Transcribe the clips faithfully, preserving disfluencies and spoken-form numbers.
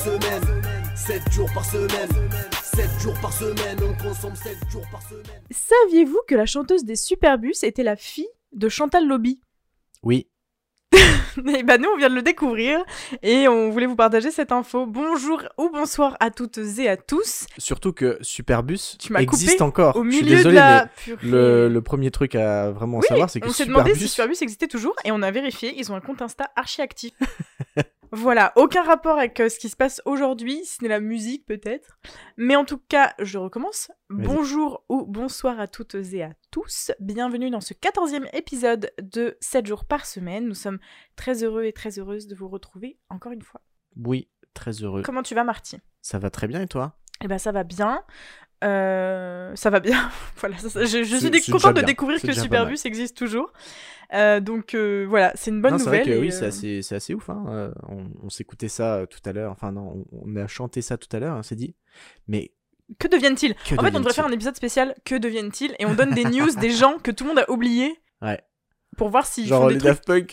semaine, sept jours par semaine, sept jours par semaine, on consomme sept jours par semaine. Saviez-vous que la chanteuse des Superbus était la fille de Chantal Lobby ? Oui. Et bah nous on vient de le découvrir et on voulait vous partager cette info. Bonjour ou bonsoir à toutes et à tous. Surtout que Superbus Tu m'as existe coupé encore. Au Je suis milieu désolé, de la mais purée. le, le premier truc à vraiment Oui, savoir, c'est que on s'est demandé si Superbus... Superbus existait toujours et on a vérifié, ils ont un compte Insta archi actif. Voilà, aucun rapport avec euh, ce qui se passe aujourd'hui, si ce n'est la musique peut-être. Mais en tout cas, je recommence. Vas-y. Bonjour ou bonsoir à toutes et à tous. Bienvenue dans ce quatorzième épisode de sept jours par semaine. Nous sommes très heureux et très heureuses de vous retrouver encore une fois. Oui, très heureux. Comment tu vas, Marty ? Ça va très bien et toi ? Eh ben ça va bien. Euh, ça va bien. Voilà, ça, ça, je, je C'est- suis dé- c'est contente déjà de bien. découvrir C'est que déjà pas Superbus existe toujours. Euh, donc euh, voilà, c'est une bonne non, c'est vrai nouvelle. que et, oui, euh, c'est assez, c'est assez ouf. Hein. Euh, on on s'écoutait ça euh, tout à l'heure. Enfin non, on, on a chanté ça tout à l'heure, on s'est dit. Mais Que deviennent-ils ? Que En fait, on devrait deviennent-ils faire un épisode spécial Que deviennent-ils ? Et on donne des news des gens que tout le monde a oubliés ouais, pour voir s'ils genre font les des trucs. Daft Punk.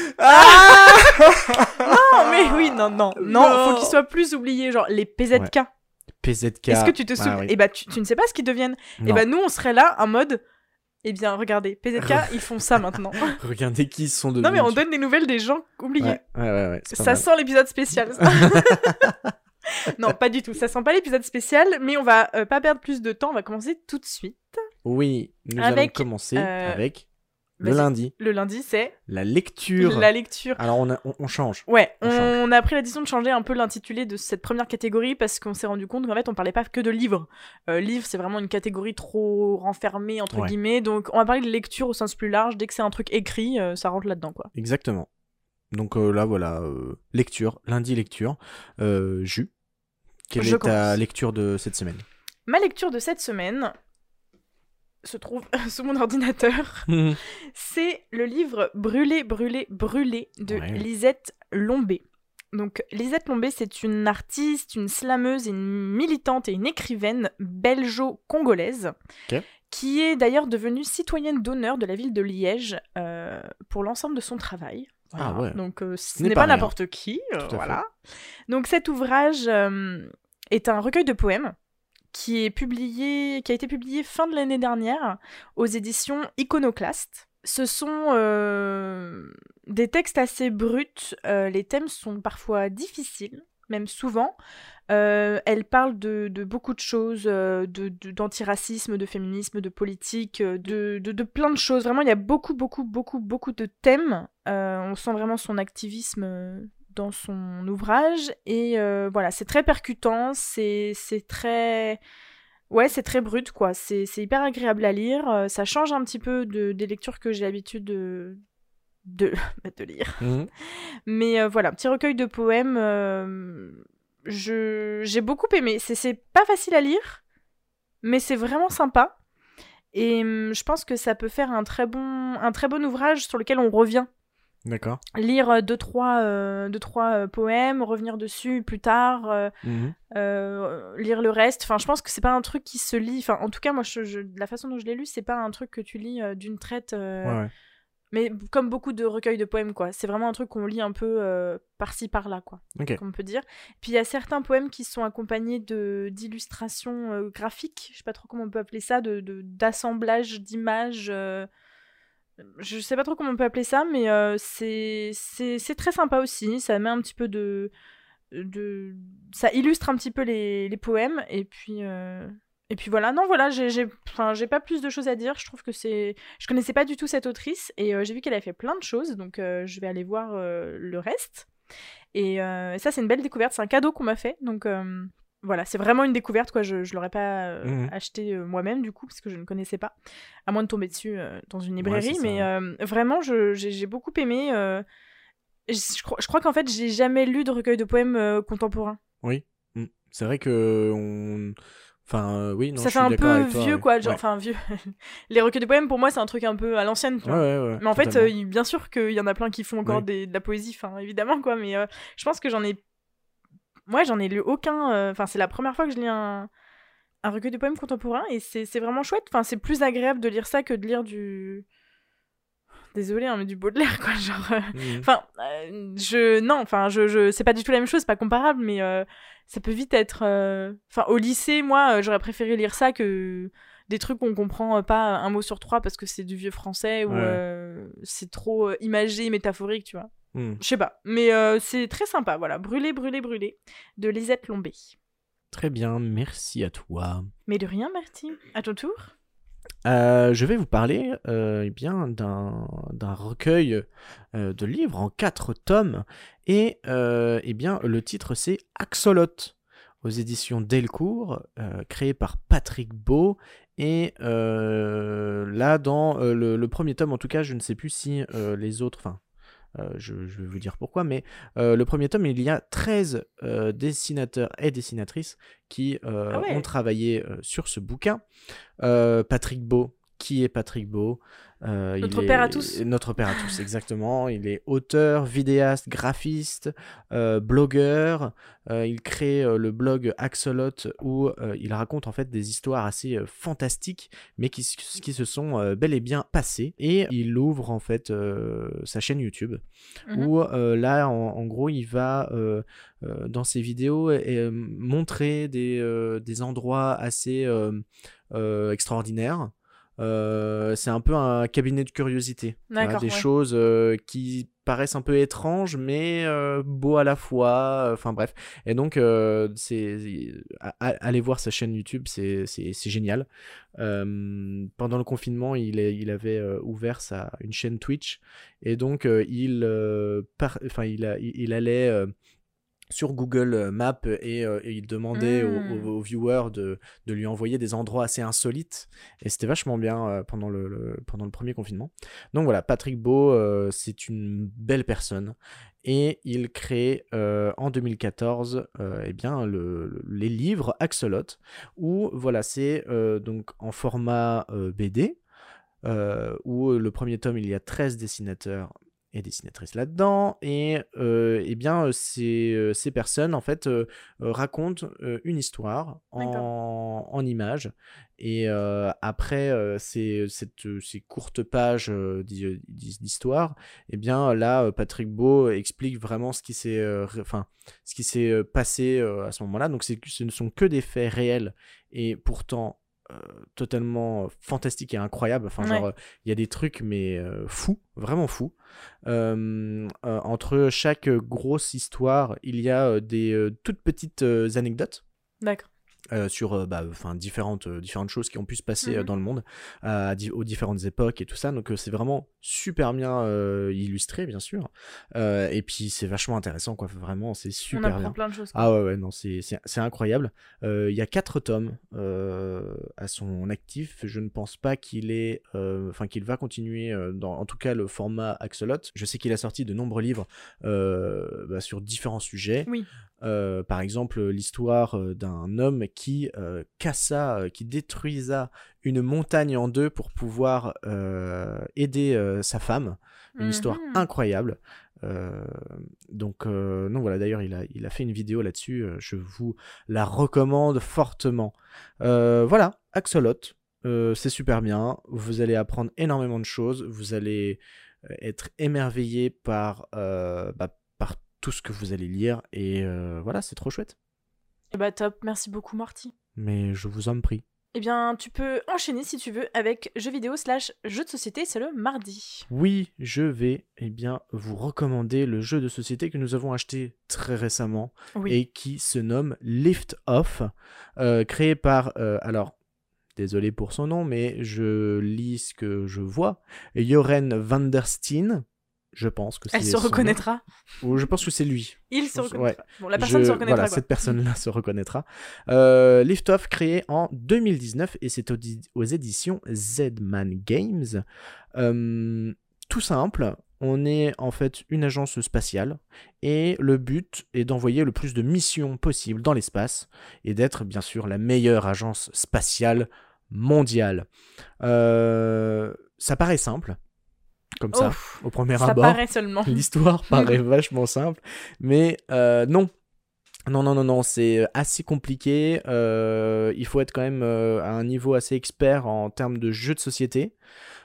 Non, mais oui, non, non, non, Non. faut qu'ils soient plus oubliés, genre les P Z K. P Z K. Est-ce que tu te Ouais, souviens ? oui. Et bah, tu, tu ne sais pas ce qu'ils deviennent. Et Non. bah, nous, on serait là en mode. Eh bien, regardez, P Z K, ils font ça maintenant. Regardez qui ils sont devenus. Non, mais on donne des nouvelles des gens oubliés. Ouais, ouais, ouais. ouais, c'est pas Ça mal. sent l'épisode spécial. ça. Non, pas du tout. Ça sent pas l'épisode spécial, mais on va euh, pas perdre plus de temps. On va commencer tout de suite. Oui, nous Avec, allons commencer euh, avec le vas-y. lundi, Le lundi, c'est la lecture. la lecture. Alors on, a- on, on change. Ouais, On on, a pris la décision de changer un peu l'intitulé de cette première catégorie parce qu'on s'est rendu compte qu'en fait on parlait pas que de livres. Euh, livre c'est vraiment une catégorie trop renfermée entre Ouais. guillemets, donc on va parler de lecture au sens plus large. Dès que c'est un truc écrit, euh, ça rentre là-dedans quoi. Exactement. Donc euh, là voilà, euh, lecture, lundi lecture. Euh, Jus, quelle Je est ta commence. lecture de cette semaine? Ma lecture de cette semaine se trouve sous mon ordinateur. C'est le livre Brûler, brûler, brûler de Ouais. Lisette Lombé. Donc Lisette Lombé, c'est une artiste, une slameuse, une militante et une écrivaine belgeo-congolaise Ok. qui est d'ailleurs devenue citoyenne d'honneur de la ville de Liège euh, pour l'ensemble de son travail. Voilà. Ah ouais. Donc euh, ce n'est n'est pas pas rien. n'importe qui. euh, Tout à voilà. Donc cet ouvrage euh, est un recueil de poèmes qui est publié, qui a été publié fin de l'année dernière aux éditions Iconoclaste. Ce sont euh, des textes assez bruts, euh, les thèmes sont parfois difficiles, même souvent. Euh, elle parle de, de beaucoup de choses, euh, de, de- d'antiracisme, de féminisme, de politique, euh, de, de, de plein de choses. Vraiment, il y a beaucoup, beaucoup, beaucoup, beaucoup de thèmes. Euh, on sent vraiment son activisme euh, dans son ouvrage. Et euh, voilà, c'est très percutant, c'est, c'est très... Ouais, c'est très brut, quoi. C'est, c'est hyper agréable à lire. Euh, ça change un petit peu de, des lectures que j'ai l'habitude de, de, de lire. Mhm. Mais euh, voilà, petit recueil de poèmes. euh, je, j'ai beaucoup aimé. C'est, c'est pas facile à lire, mais c'est vraiment sympa. Et hum, je pense que ça peut faire un très bon, un très bon ouvrage sur lequel on revient. D'accord. Lire euh, deux, trois, euh, deux, trois euh, poèmes, revenir dessus plus tard, euh, Mhm. euh, lire le reste. Enfin, je pense que c'est pas un truc qui se lit. Enfin, en tout cas, moi, je, je- la façon dont je l'ai lu, c'est pas un truc que tu lis euh, d'une traite. euh, Ouais, ouais. Mais comme beaucoup de recueils de poèmes, quoi. C'est vraiment un truc qu'on lit un peu euh, par-ci, par-là, quoi. Ok. Comme on peut dire. Puis il y a certains poèmes qui sont accompagnés de, d'illustrations euh, graphiques. Je sais pas trop comment on peut appeler ça, de, de- d'assemblage d'images. euh, Je sais pas trop comment on peut appeler ça, mais euh, c'est, c'est, c'est très sympa aussi. Ça met un petit peu de... de... Ça illustre un petit peu les, les poèmes. Et puis... euh, Et puis voilà, non voilà, j'ai, j'ai, enfin, j'ai pas plus de choses à dire, je trouve que c'est... Je connaissais pas du tout cette autrice, et euh, j'ai vu qu'elle avait fait plein de choses, donc euh, je vais aller voir euh, le reste. Et euh, ça, c'est une belle découverte, c'est un cadeau qu'on m'a fait, donc euh, voilà, c'est vraiment une découverte, quoi, je, je l'aurais pas euh, Mhm. acheté euh, moi-même, du coup, parce que je ne connaissais pas, à moins de tomber dessus euh, dans une Ouais, librairie, c'est ça, mais ouais. euh, vraiment, je, j'ai, j'ai beaucoup aimé... euh, je, je crois, je crois qu'en fait, j'ai jamais lu de recueil de poèmes euh, contemporains. Oui. Mm. C'est vrai que on. Enfin, euh, oui, non, Ça je fait suis un d'accord peu avec toi, vieux, ouais. quoi. Genre, Ouais. enfin, vieux. Les recueils de poèmes, pour moi, c'est un truc un peu à l'ancienne, tu Ouais, vois. ouais, ouais, Mais en fait, totalement. euh, il- bien sûr qu'il y en a plein qui font encore Oui. des, de la poésie, enfin, évidemment, quoi. Mais euh, je pense que j'en ai... Ouais, j'en ai lu aucun... euh, Enfin, c'est la première fois que je lis un, un recueil de poèmes contemporains, et c'est, c'est vraiment chouette. Enfin, c'est plus agréable de lire ça que de lire du... Désolée, hein, mais du Baudelaire, quoi, genre... euh, Mhm. Enfin, euh, je... Non, enfin, je, je... c'est pas du tout la même chose, c'est pas comparable, mais euh, ça peut vite être... euh, Enfin, au lycée, moi, euh, j'aurais préféré lire ça que des trucs où on comprend euh, pas un mot sur trois parce que c'est du vieux français ou Ouais. euh, c'est trop euh, imagé, métaphorique, tu vois. Mhm. Je sais pas, mais euh, c'est très sympa, voilà. Brûler, brûler, brûler, de Lisette Lombé. Très bien, merci à toi. Mais de rien, Marty. À ton tour. Euh, je vais vous parler euh, eh bien, d'un, d'un recueil euh, de livres en quatre tomes. Et euh, eh bien, le titre, c'est Axolot, aux éditions Delcourt, euh, créé par Patrick Beau. Et euh, là, dans euh, le, le premier tome, en tout cas, je ne sais plus si euh, les autres... Enfin, euh, je, je vais vous dire pourquoi, mais euh, le premier tome, il y a treize euh, dessinateurs et dessinatrices qui euh, Ah ouais. ont travaillé euh, sur ce bouquin. Euh, Patrick Beau, qui est Patrick Beau Euh, Notre il père à est- tous. Notre père à tous, exactement. Il est auteur, vidéaste, graphiste, euh, blogueur. Euh, il crée euh, le blog Axolot où euh, il raconte en fait des histoires assez euh, fantastiques, mais qui, s- qui se sont euh, bel et bien passées. Et il ouvre en fait euh, sa chaîne YouTube Mhm. où euh, là, en, en gros, il va euh, euh, dans ses vidéos et, et, euh, montrer des, euh, des endroits assez euh, euh, extraordinaires. Euh, c'est un peu un cabinet de curiosité. Voilà, D'accord, des ouais. choses euh, qui paraissent un peu étranges, mais euh, beaux à la fois. Enfin bref. Et donc, euh, c'est, a- a- allez voir sa chaîne YouTube, c'est, c'est, c'est génial. Euh, pendant le confinement, il, est- il avait euh, ouvert sa, une chaîne Twitch. Et donc, euh, il, euh, par- enfin, il, a- il, il allait euh, sur Google Maps et, euh, et il demandait aux, aux- Mm. aux viewers de, de lui envoyer des endroits assez insolites. Et c'était vachement bien euh, pendant, le, le- pendant le premier confinement. Donc voilà, Patrick Beau, euh, c'est une belle personne. Et il crée euh, en deux mille quatorze euh, eh bien, le, le- les livres Axolot, où voilà, c'est euh, donc en format euh, B D, euh, où le premier tome, il y a treize dessinateurs et dessinatrices là-dedans, et euh, eh bien, ces, euh, ces personnes, en fait, euh, euh, racontent euh, une histoire D'accord. en, en images, et euh, après euh, ces, cette, ces courtes pages euh, d'i- d'i- d'histoire, eh bien, là, euh, Patrick Beau explique vraiment ce qui s'est euh, ré- enfin, ce qui s'est euh, passé euh, à ce moment-là, donc c'est, ce ne sont que des faits réels, et pourtant euh, totalement fantastique et incroyable. Enfin, Ouais. genre, il y a des trucs, mais euh, fous, vraiment fous. Euh, euh, entre chaque grosse histoire, il y a euh, des euh, toutes petites euh, anecdotes. D'accord. Euh, sur euh, bah, enfin, différentes, euh, différentes choses qui ont pu se passer euh, Mhm. dans le monde à, di- aux différentes époques et tout ça. Donc euh, c'est vraiment super bien euh, illustré, bien sûr. Euh, et puis c'est vachement intéressant, quoi. Vraiment, c'est On super apprend bien. plein de choses. quoi. Ah ouais, ouais, non, c'est, c'est, c'est incroyable. Euh, Il y a quatre tomes euh, à son actif. Je ne pense pas qu'il est, euh, enfin qu'il va continuer euh, dans, en tout cas, le format Axolot. Je sais qu'il a sorti de nombreux livres euh, bah, sur différents sujets. Oui. Euh, par exemple, l'histoire euh, d'un homme qui euh, cassa, euh, qui détruisa une montagne en deux pour pouvoir euh, aider euh, sa femme. Une histoire Mhm. incroyable. Euh, donc, euh, non, voilà, d'ailleurs, il a, il a fait une vidéo là-dessus. euh, je vous la recommande fortement. Euh, voilà, Axolot. Euh, c'est super bien. Vous allez apprendre énormément de choses. Vous allez euh, être émerveillé par, euh, bah, par tout ce que vous allez lire. Et euh, voilà, c'est trop chouette. Eh bah top, merci beaucoup Marty. Mais je vous en prie. Eh bien, tu peux enchaîner si tu veux avec jeux vidéo slash jeux de société, c'est le mardi. Oui, je vais eh bien, vous recommander le jeu de société que nous avons acheté très récemment Oui. et qui se nomme Lift Off, euh, créé par, euh, alors, désolé pour son nom, mais je lis ce que je vois, Joren van der Steen, je pense que c'est Elle se son nom. reconnaîtra. Ou je pense que c'est lui. Il se pense- reconnaîtra. ouais. Bon, la personne Je- se reconnaîtra Voilà, quoi. cette personne-là se reconnaîtra. Euh, Lift Off, créé en deux mille dix-neuf, et c'est aux, aux éditions Z-Man Games. Euh, tout simple, on est en fait une agence spatiale, et le but est d'envoyer le plus de missions possibles dans l'espace, et d'être bien sûr la meilleure agence spatiale mondiale. Euh, ça paraît simple, comme ça, Ouf, au premier ça abord. paraît seulement. L'histoire paraît vachement simple, mais euh, non. Non, non, non, non, c'est assez compliqué. Euh, il faut être quand même euh, à un niveau assez expert en termes de jeux de société.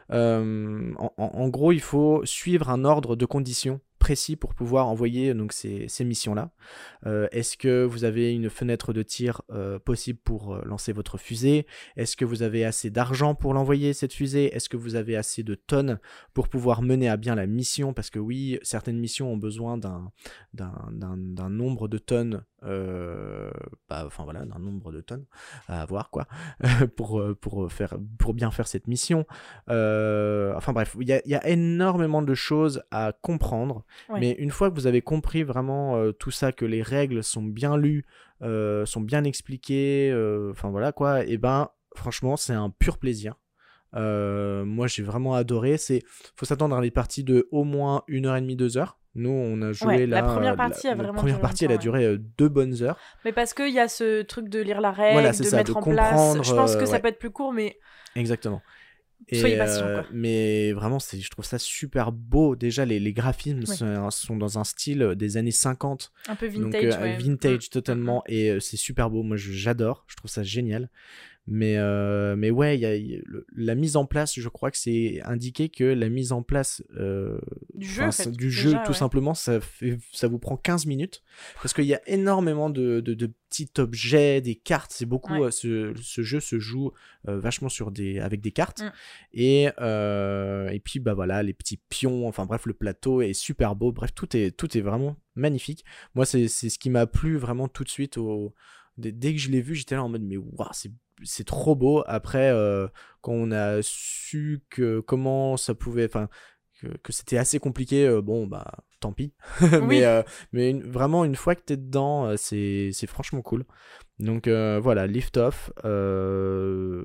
Euh, en, en- en gros, il faut suivre un ordre de conditions précis pour pouvoir envoyer donc ces, ces missions-là. Euh, est-ce que vous avez une fenêtre de tir euh, possible pour euh, lancer votre fusée? Est-ce que vous avez assez d'argent pour l'envoyer, cette fusée? Est-ce que vous avez assez de tonnes pour pouvoir mener à bien la mission? Parce que oui, certaines missions ont besoin d'un, d'un, d'un, d'un nombre de tonnes, euh, bah, enfin voilà, d'un nombre de tonnes à avoir, quoi, pour, pour, faire, pour bien faire cette mission. Euh, enfin bref, il y a, y a énormément de choses à comprendre. Ouais. Mais une fois que vous avez compris vraiment euh, tout ça, que les règles sont bien lues, euh, sont bien expliquées, enfin euh, voilà quoi, et ben franchement c'est un pur plaisir. Euh, moi j'ai vraiment adoré. C'est, faut s'attendre à des parties de au moins une heure et demie, deux heures. Nous on a joué Ouais, là. la première partie la, a la vraiment première duré partie elle a longtemps, duré euh, deux bonnes heures. Mais parce qu'il y a ce truc de lire la règle, Voilà, c'est de ça, mettre de en comprendre, place. Je pense que euh, ça ouais. peut être plus court, mais Exactement. soyez Et, patient, euh, quoi. mais vraiment, c'est, je trouve ça super beau. Déjà, les, les graphismes Oui. sont, sont dans un style des années cinquante. Un peu Donc, vintage, euh, ouais. vintage Mm, totalement. mm, mm. Et euh, c'est super beau. Moi, je- j'adore. Je trouve ça génial. Mais, euh, mais ouais, y a, y a le- la mise en place, je crois que c'est indiqué que la mise en place euh, Du jeu, enfin, en fait, c'est- du déjà, jeu, tout ouais. simplement, ça, fait, ça vous prend quinze minutes. Parce qu'il y a énormément de, de, de petits objets, des cartes. C'est beaucoup, Ouais. euh, ce, ce jeu se joue euh, vachement sur des, avec des cartes. Mm. Et, euh, et puis, bah voilà, les petits pions. Enfin bref, le plateau est super beau. Bref, tout est, tout est vraiment magnifique. Moi, c'est, c'est ce qui m'a plu vraiment tout de suite. Au... Dès, dès que je l'ai vu, j'étais là en mode, mais waouh, c'est c'est trop beau. Après, euh, quand on a su que comment ça pouvait, enfin, que, que c'était assez compliqué, euh, bon, bah, tant pis. mais Oui. euh, mais une- vraiment, une fois que t'es dedans, euh, c'est, c'est franchement cool. Donc euh, voilà, Lift Off euh,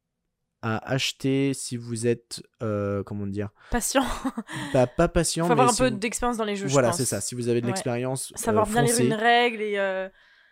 à acheter si vous êtes, euh, comment dire, Patient. bah, pas patient, Faut avoir mais un si peu vous... d'expérience dans les jeux, Voilà, je pense. c'est ça. Si vous avez de Ouais. l'expérience, Savoir euh, bien lire foncez. une règle et... euh,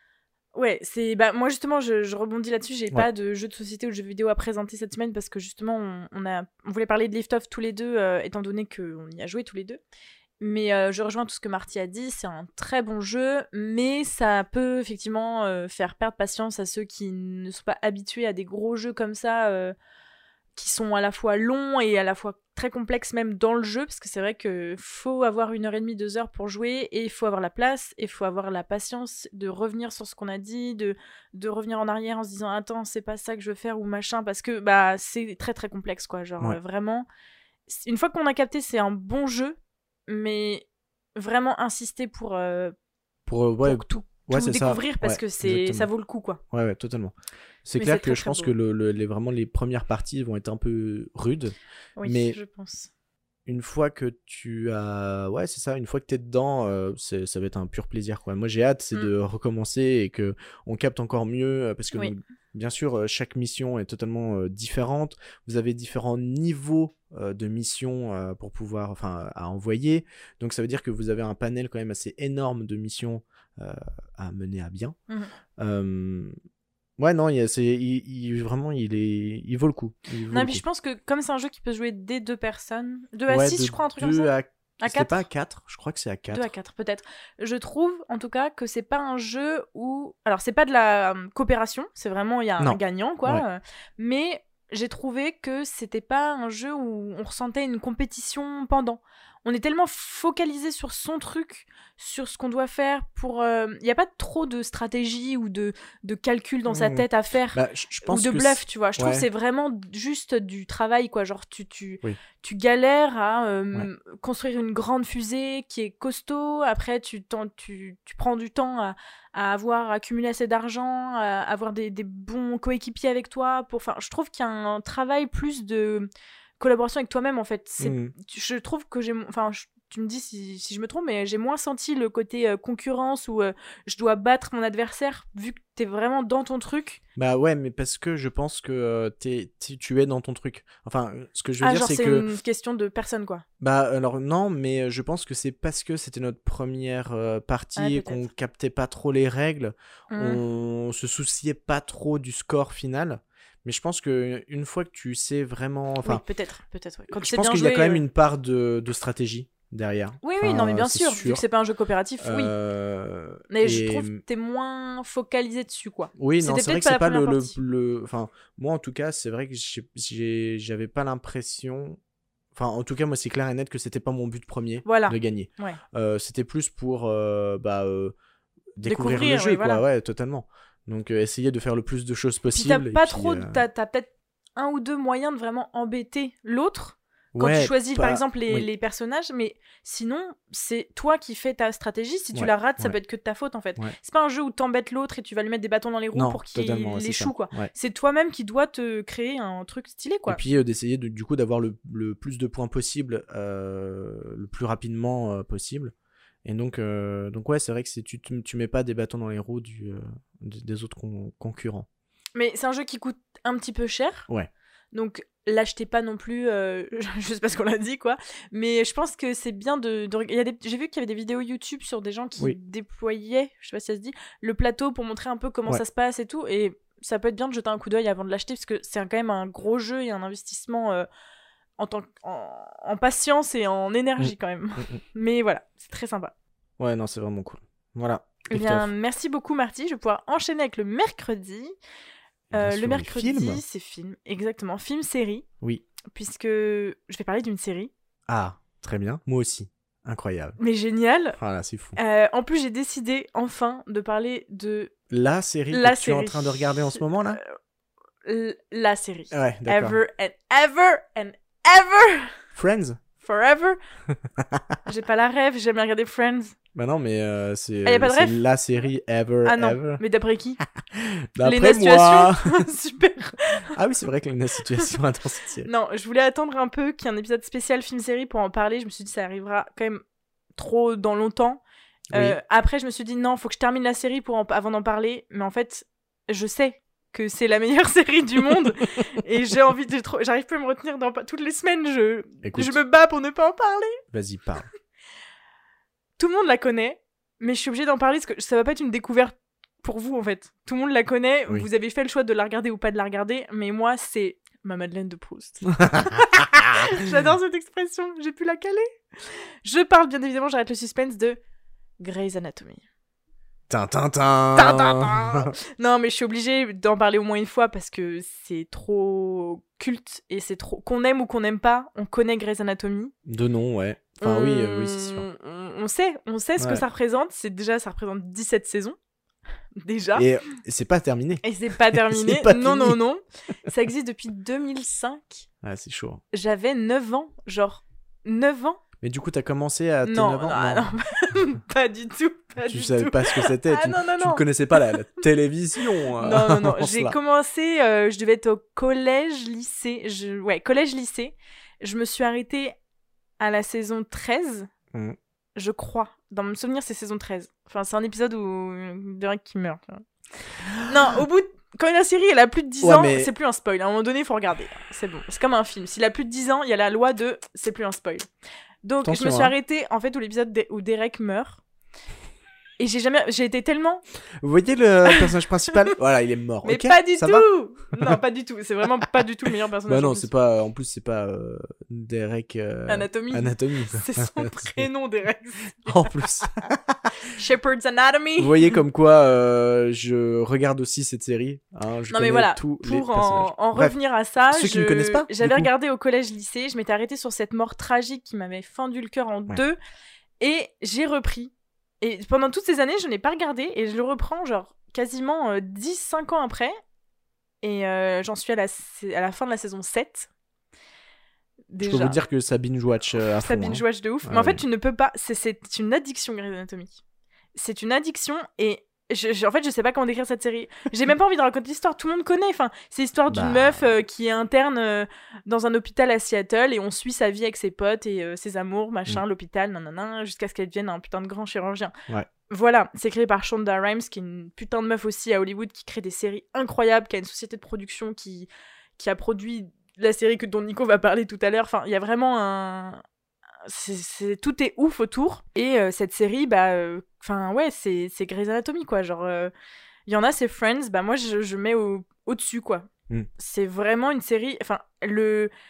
Ouais, c'est bah moi justement je, je rebondis là-dessus, j'ai Ouais. pas de jeu de société ou de jeu vidéo à présenter cette semaine parce que justement on, on a on voulait parler de Lift Off tous les deux euh, étant donné qu'on y a joué tous les deux. Mais euh, je rejoins tout ce que Marty a dit, c'est un très bon jeu, mais ça peut effectivement euh, faire perdre patience à ceux qui ne sont pas habitués à des gros jeux comme ça, euh, qui sont à la fois longs et à la fois très complexes même dans le jeu, parce que c'est vrai que faut avoir une heure et demie, deux heures pour jouer, et il faut avoir la place, et il faut avoir la patience de revenir sur ce qu'on a dit, de, de revenir en arrière en se disant « Attends, c'est pas ça que je veux faire » ou machin, parce que bah c'est très très complexe, quoi. Genre Ouais. euh, vraiment, une fois qu'on a capté, c'est un bon jeu, mais vraiment insister pour, euh, Pour, euh, ouais, pour tout, ouais, tout c'est ça. découvrir, parce Ouais, que c'est, exactement. ça vaut le coup, quoi. Ouais, ouais, totalement. C'est Mais clair c'est que très, je très pense beau. que le, le- les, vraiment les premières parties vont être un peu rudes. Oui, Mais- je pense. Une fois que tu as... Ouais, c'est ça. Une fois que tu es dedans, euh, c'est, ça va être un pur plaisir, quoi. Moi, j'ai hâte, c'est Mm. de recommencer et que on capte encore mieux. euh, Parce que, Oui. donc, bien sûr, euh, chaque mission est totalement euh, différente. Vous avez différents niveaux euh, de missions euh, pour pouvoir... Enfin, à envoyer. Donc, ça veut dire que vous avez un panel quand même assez énorme de missions euh, à mener à bien. Mhm. Euh, Ouais, non, il, y a- c'est, il, il- vraiment, il, est, il vaut le coup. Il vaut Non, le puis coup. je pense que comme c'est un jeu qui peut se jouer dès deux personnes, deux à Ouais, six, de je crois, un truc comme deux ça. à... À C'était quatre. pas à quatre, je crois que c'est à quatre. deux à quatre, peut-être. Je trouve, en tout cas, que c'est pas un jeu où... Alors, c'est pas de la euh, coopération, c'est vraiment, il y a Non. un gagnant, quoi. Ouais. euh, Mais j'ai trouvé que c'était pas un jeu où on ressentait une compétition pendant. On est tellement focalisé sur son truc, sur ce qu'on doit faire pour... Il n'y a pas trop de stratégie ou de, de calcul dans sa Mmh. tête à faire. Bah, je, je pense Ou de que bluff, c'est- tu vois. Je trouve ouais. que c'est vraiment juste du travail, quoi. Genre, tu, tu, Oui. tu galères à euh, Ouais. construire une grande fusée qui est costaud. Après, tu, t'en- tu, tu prends du temps à, à avoir accumulé assez d'argent, à avoir des, des bons coéquipiers avec toi. Pour... Enfin, je trouve qu'il y a un travail plus de collaboration avec toi-même, en fait. C'est... Mmh. Je trouve que j'ai... Enfin, je- tu me dis si, si je me trompe, mais j'ai moins senti le côté euh, concurrence où euh, je dois battre mon adversaire, vu que t'es vraiment dans ton truc. Bah ouais, mais parce que je pense que euh, t'es, t'es- tu es dans ton truc. Enfin, ce que je veux Ah, dire, genre, c'est c'est que... une question de personne, quoi. Bah alors non, mais je pense que c'est parce que c'était notre première euh, partie Ouais, et peut-être. qu'on captait pas trop les règles, Mmh. on se souciait pas trop du score final. Mais je pense que une fois que tu sais vraiment... Enfin, Oui, peut-être, peut-être. Ouais. Quand tu je sais pense bien qu'il y a jouer, quand même ouais. une part de, de stratégie. derrière. Oui, oui, Enfin, non, mais bien c'est sûr, vu que c'est pas un jeu coopératif, oui. Euh, Mais et- je trouve que t'es moins focalisé dessus, quoi. Oui, non, C'était c'est vrai peut-être que c'est pas pas la le, première le, partie. le- Enfin, moi, en tout cas, c'est vrai que j'ai- j'ai- j'avais pas l'impression... Enfin, en tout cas, moi, c'est clair et net que c'était pas mon but premier Voilà. de gagner. Ouais. Euh, c'était plus pour euh, bah, euh, découvrir, Découvrir, le jeu, oui, quoi. voilà. Ouais, totalement. Donc, euh, essayer de faire le plus de choses Puis t'as possibles. et pas puis, trop... euh, T'as, t'as peut-être un ou deux moyens de vraiment embêter l'autre quand ouais, tu choisis, pas- par exemple, les, oui. les personnages, mais sinon, c'est toi qui fais ta stratégie. Si tu Ouais, la rates, ça ouais. peut être que de ta faute, en fait. Ouais. C'est pas un jeu où t'embêtes l'autre et tu vas lui mettre des bâtons dans les roues Non, pour qu'il totalement, ouais, c'est échoue, ça. quoi. Ouais. C'est toi-même qui dois te créer un truc stylé, quoi. Et puis euh, d'essayer de, du coup d'avoir le, le plus de points possible euh, le plus rapidement euh, possible. Et donc, euh, donc ouais, c'est vrai que c'est, tu, tu, tu mets pas des bâtons dans les roues du, euh, des des autres con- concurrents. Mais c'est un jeu qui coûte un petit peu cher. Ouais. Donc l'achetez pas non plus, euh, juste parce qu'on l'a dit, quoi. Mais je pense que c'est bien de... de... Il y a des... J'ai vu qu'il y avait des vidéos YouTube sur des gens qui Oui. déployaient, je sais pas si ça se dit, le plateau pour montrer un peu comment Ouais. ça se passe et tout. Et ça peut être bien de jeter un coup d'œil avant de l'acheter, parce que c'est un- quand même un gros jeu et un investissement euh, en, tant... que- en... en patience et en énergie, Mm. quand même. Mm, mm. Mais voilà, c'est très sympa. Ouais, non, c'est vraiment cool. Voilà. Eh Et bien, Christophe. merci beaucoup, Marty. Je vais pouvoir enchaîner avec le mercredi. Euh, Bien sûr, le les mercredi, films. c'est film, exactement, film-série, Oui. puisque je vais parler d'une série, Ah, très bien. Moi aussi. Incroyable. mais géniale. Voilà, c'est fou. Euh, en plus, j'ai décidé enfin de parler de La série la que tu es en série. train de regarder en ce moment là l- la série. Ouais, d'accord. Ever and ever and ever Friends forever. J'ai pas la rêve, j'aime bien regarder Friends. Bah non, mais euh, c'est Ah, y a pas de c'est ref la série ever, Ah non, ever. mais d'après qui? D'après Lena moi. Situation. Super. Ah oui, c'est vrai que Lena Situation a dans cette série. Non, je voulais attendre un peu qu'il y ait un épisode spécial film-série pour en parler. Je me suis dit ça arrivera quand même trop dans longtemps. Euh, Oui. Après, je me suis dit non, faut que je termine la série pour en- avant d'en parler. Mais en fait, je sais que c'est la meilleure série du monde et j'ai envie de trop. J'arrive plus à me retenir dans toutes les semaines. Je Écoute, je me bats pour ne pas en parler. vas-y, parle. Tout le monde la connaît, mais je suis obligée d'en parler parce que ça va pas être une découverte pour vous en fait. Tout le monde la connaît. Oui. Vous avez fait le choix de la regarder ou pas de la regarder, mais moi c'est ma Madeleine de Proust. J'adore cette expression, j'ai pu la caler. Je parle bien évidemment, j'arrête le suspense de Grey's Anatomy. Tintintin. Tintintin. Non, mais je suis obligée d'en parler au moins une fois parce que c'est trop culte et c'est trop. Qu'on aime ou qu'on n'aime pas, on connaît Grey's Anatomy. De nom, ouais. Enfin, on... oui, euh, oui, c'est sûr. On, on sait, on sait ce Ouais. que ça représente. C'est déjà, ça représente dix-sept saisons. Déjà. Et euh, c'est pas terminé. Et c'est pas terminé. C'est pas non, fini. non, non. Ça existe depuis deux mille cinq. Ah, c'est chaud. J'avais neuf ans. Genre, neuf ans. Mais du coup, t'as commencé à tes Non, neuf ans non, non, pas du tout. Pas Tu du savais tout. pas ce que c'était. Ah tu non, non, tu non. ne connaissais pas la, la télévision. euh, Non, non, non. avant J'ai cela. commencé, euh, je devais être au collège, lycée. Je... Ouais, collège, lycée. Je me suis arrêtée à la saison treize, Mm. je crois. Dans mon souvenir, c'est saison treize. Enfin, c'est un épisode où Derek qui meurt. tu vois. Non, au bout de... Quand la série elle a plus de dix Ouais, ans, mais- c'est plus un spoil. À un moment donné, il faut regarder. C'est bon. C'est comme un film. S'il a plus de dix ans, il y a la loi de c'est plus un spoil. Donc, je me Attention, suis hein. arrêtée en fait où l'épisode de- où Derek meurt. Et j'ai jamais. J'ai été tellement. Vous voyez le personnage principal? Voilà, il est mort. Mais ok pas du Ça tout va Non, pas du tout. C'est vraiment pas du tout le meilleur personnage. Bah en non, plus. c'est pas. En plus, c'est pas euh, Derek. euh, Anatomie. Anatomie. quoi. C'est son prénom, Derek. En plus. Shepherd's Anatomy. Vous voyez comme quoi euh, je regarde aussi cette série. Hein, je Non mais connais voilà, tous les pour personnages. en, en Bref, revenir à ça, ceux qui je- ne connaissent pas, du j'avais coup. regardé au collège-lycée, je m'étais arrêtée sur cette mort tragique qui m'avait fendu le cœur en Ouais. deux, et j'ai repris. Et pendant toutes ces années, je n'ai pas regardé, et je le reprends genre quasiment euh, dix cinq ans après, et euh, j'en suis à la, à la fin de la saison sept. je Déjà. peux vous dire que ça binge watch euh, à Ça fond. binge hein. watch de ouf. Ah mais en fait, oui. tu ne peux pas. C'est, c'est une addiction, Grey's Anatomy. C'est une addiction et. Je, je- en fait, je sais pas comment décrire cette série. J'ai même pas envie de raconter l'histoire. Tout le monde connaît. Enfin, c'est l'histoire d'une Bah. meuf euh, qui est interne euh, dans un hôpital à Seattle et on suit sa vie avec ses potes et euh, ses amours, machin, l'hôpital, nanana, jusqu'à ce qu'elle devienne un putain de grand chirurgien. Ouais. Voilà, c'est créé par Shonda Rhimes, qui est une putain de meuf aussi à Hollywood, qui crée des séries incroyables, qui a une société de production qui, qui a produit la série que dont Nico va parler tout à l'heure. Enfin, il y a vraiment un... C'est, c'est- tout est ouf autour. Et euh, cette série, bah... Enfin, ouais, c'est, c'est Grey's Anatomy, quoi. Genre, euh, il y en a, c'est Friends, bah moi, je, je mets au, au-dessus, quoi. Mm. C'est vraiment une série... Enfin, le...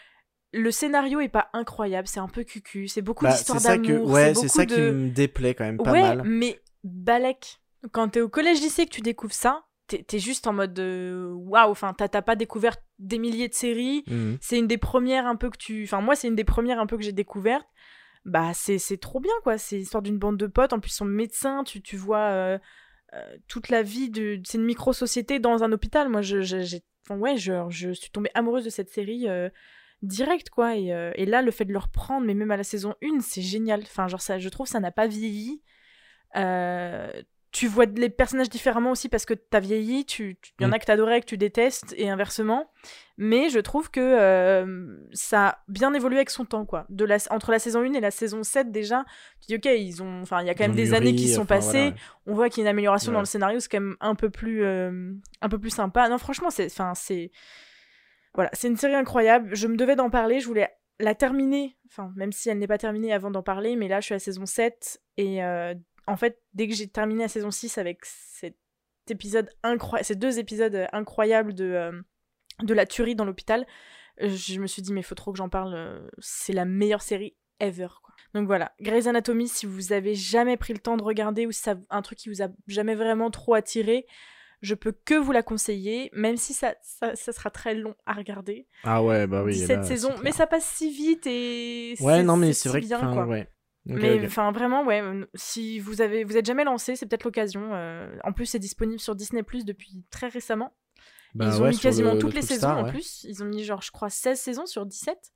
le scénario est pas incroyable, c'est un peu cucu, c'est beaucoup Bah, d'histoires c'est ça que, d'amour, ouais, c'est c'est beaucoup ça de... qui me déplaît quand même pas ouais, mal. mais Balek, quand t'es au collège-lycée que tu découvres ça, t'es, t'es juste en mode euh, waouh, enfin t'as, t'as pas découvert des milliers de séries, Mhm. c'est une des premières un peu que tu... Enfin moi c'est une des premières un peu que j'ai découvertes, bah c'est, c'est trop bien quoi, c'est l'histoire d'une bande de potes, en plus ils sont médecins, tu, tu vois euh, euh, toute la vie, de... c'est une micro-société dans un hôpital, moi je, je, j'ai... Enfin, ouais, je, je suis tombée amoureuse de cette série... Euh, direct quoi et, euh, et là le fait de le reprendre mais même à la saison un c'est génial, enfin genre ça je trouve ça n'a pas vieilli, euh, tu vois les personnages différemment aussi parce que t'as vieilli, tu il y en Mm. a que t'adorais que tu détestes et inversement, mais je trouve que euh, ça a bien évolué avec son temps quoi, de la, entre la saison un et la saison sept déjà tu dis ok ils ont enfin il y a quand Ils même ont des mûri, années qui sont enfin, passées, voilà, ouais. on voit qu'il y a une amélioration Ouais. dans le scénario, c'est quand même un peu plus euh, un peu plus sympa, non franchement c'est enfin c'est voilà, c'est une série incroyable. Je me devais d'en parler, je voulais la terminer, enfin, même si elle n'est pas terminée avant d'en parler, mais là, je suis à la saison sept, et euh, en fait, dès que j'ai terminé la saison six avec cet épisode incroyable, ces deux épisodes incroyables de, euh, de la tuerie dans l'hôpital, je me suis dit, mais il faut trop que j'en parle, euh, c'est la meilleure série ever, quoi. Donc voilà, Grey's Anatomy, si vous avez jamais pris le temps de regarder, ou si ça, un truc qui vous a jamais vraiment trop attiré, je peux que vous la conseiller, même si ça, ça, ça sera très long à regarder. Ah ouais, bah oui. dix-sept là, saisons, c'est mais clair. ça passe si vite et Ouais, c'est, non, mais c'est c'est si vrai que. bien, enfin, quoi. ouais. Ok, mais ok. enfin, vraiment, ouais, euh, si vous avez, vous êtes jamais lancé, c'est peut-être l'occasion. euh, en plus, c'est disponible sur Disney plus depuis très récemment. Bah Ils ont ouais, mis sur quasiment le- toutes le les truc saisons Star, en ouais. plus. Ils ont mis, genre, je crois, seize saisons sur dix-sept.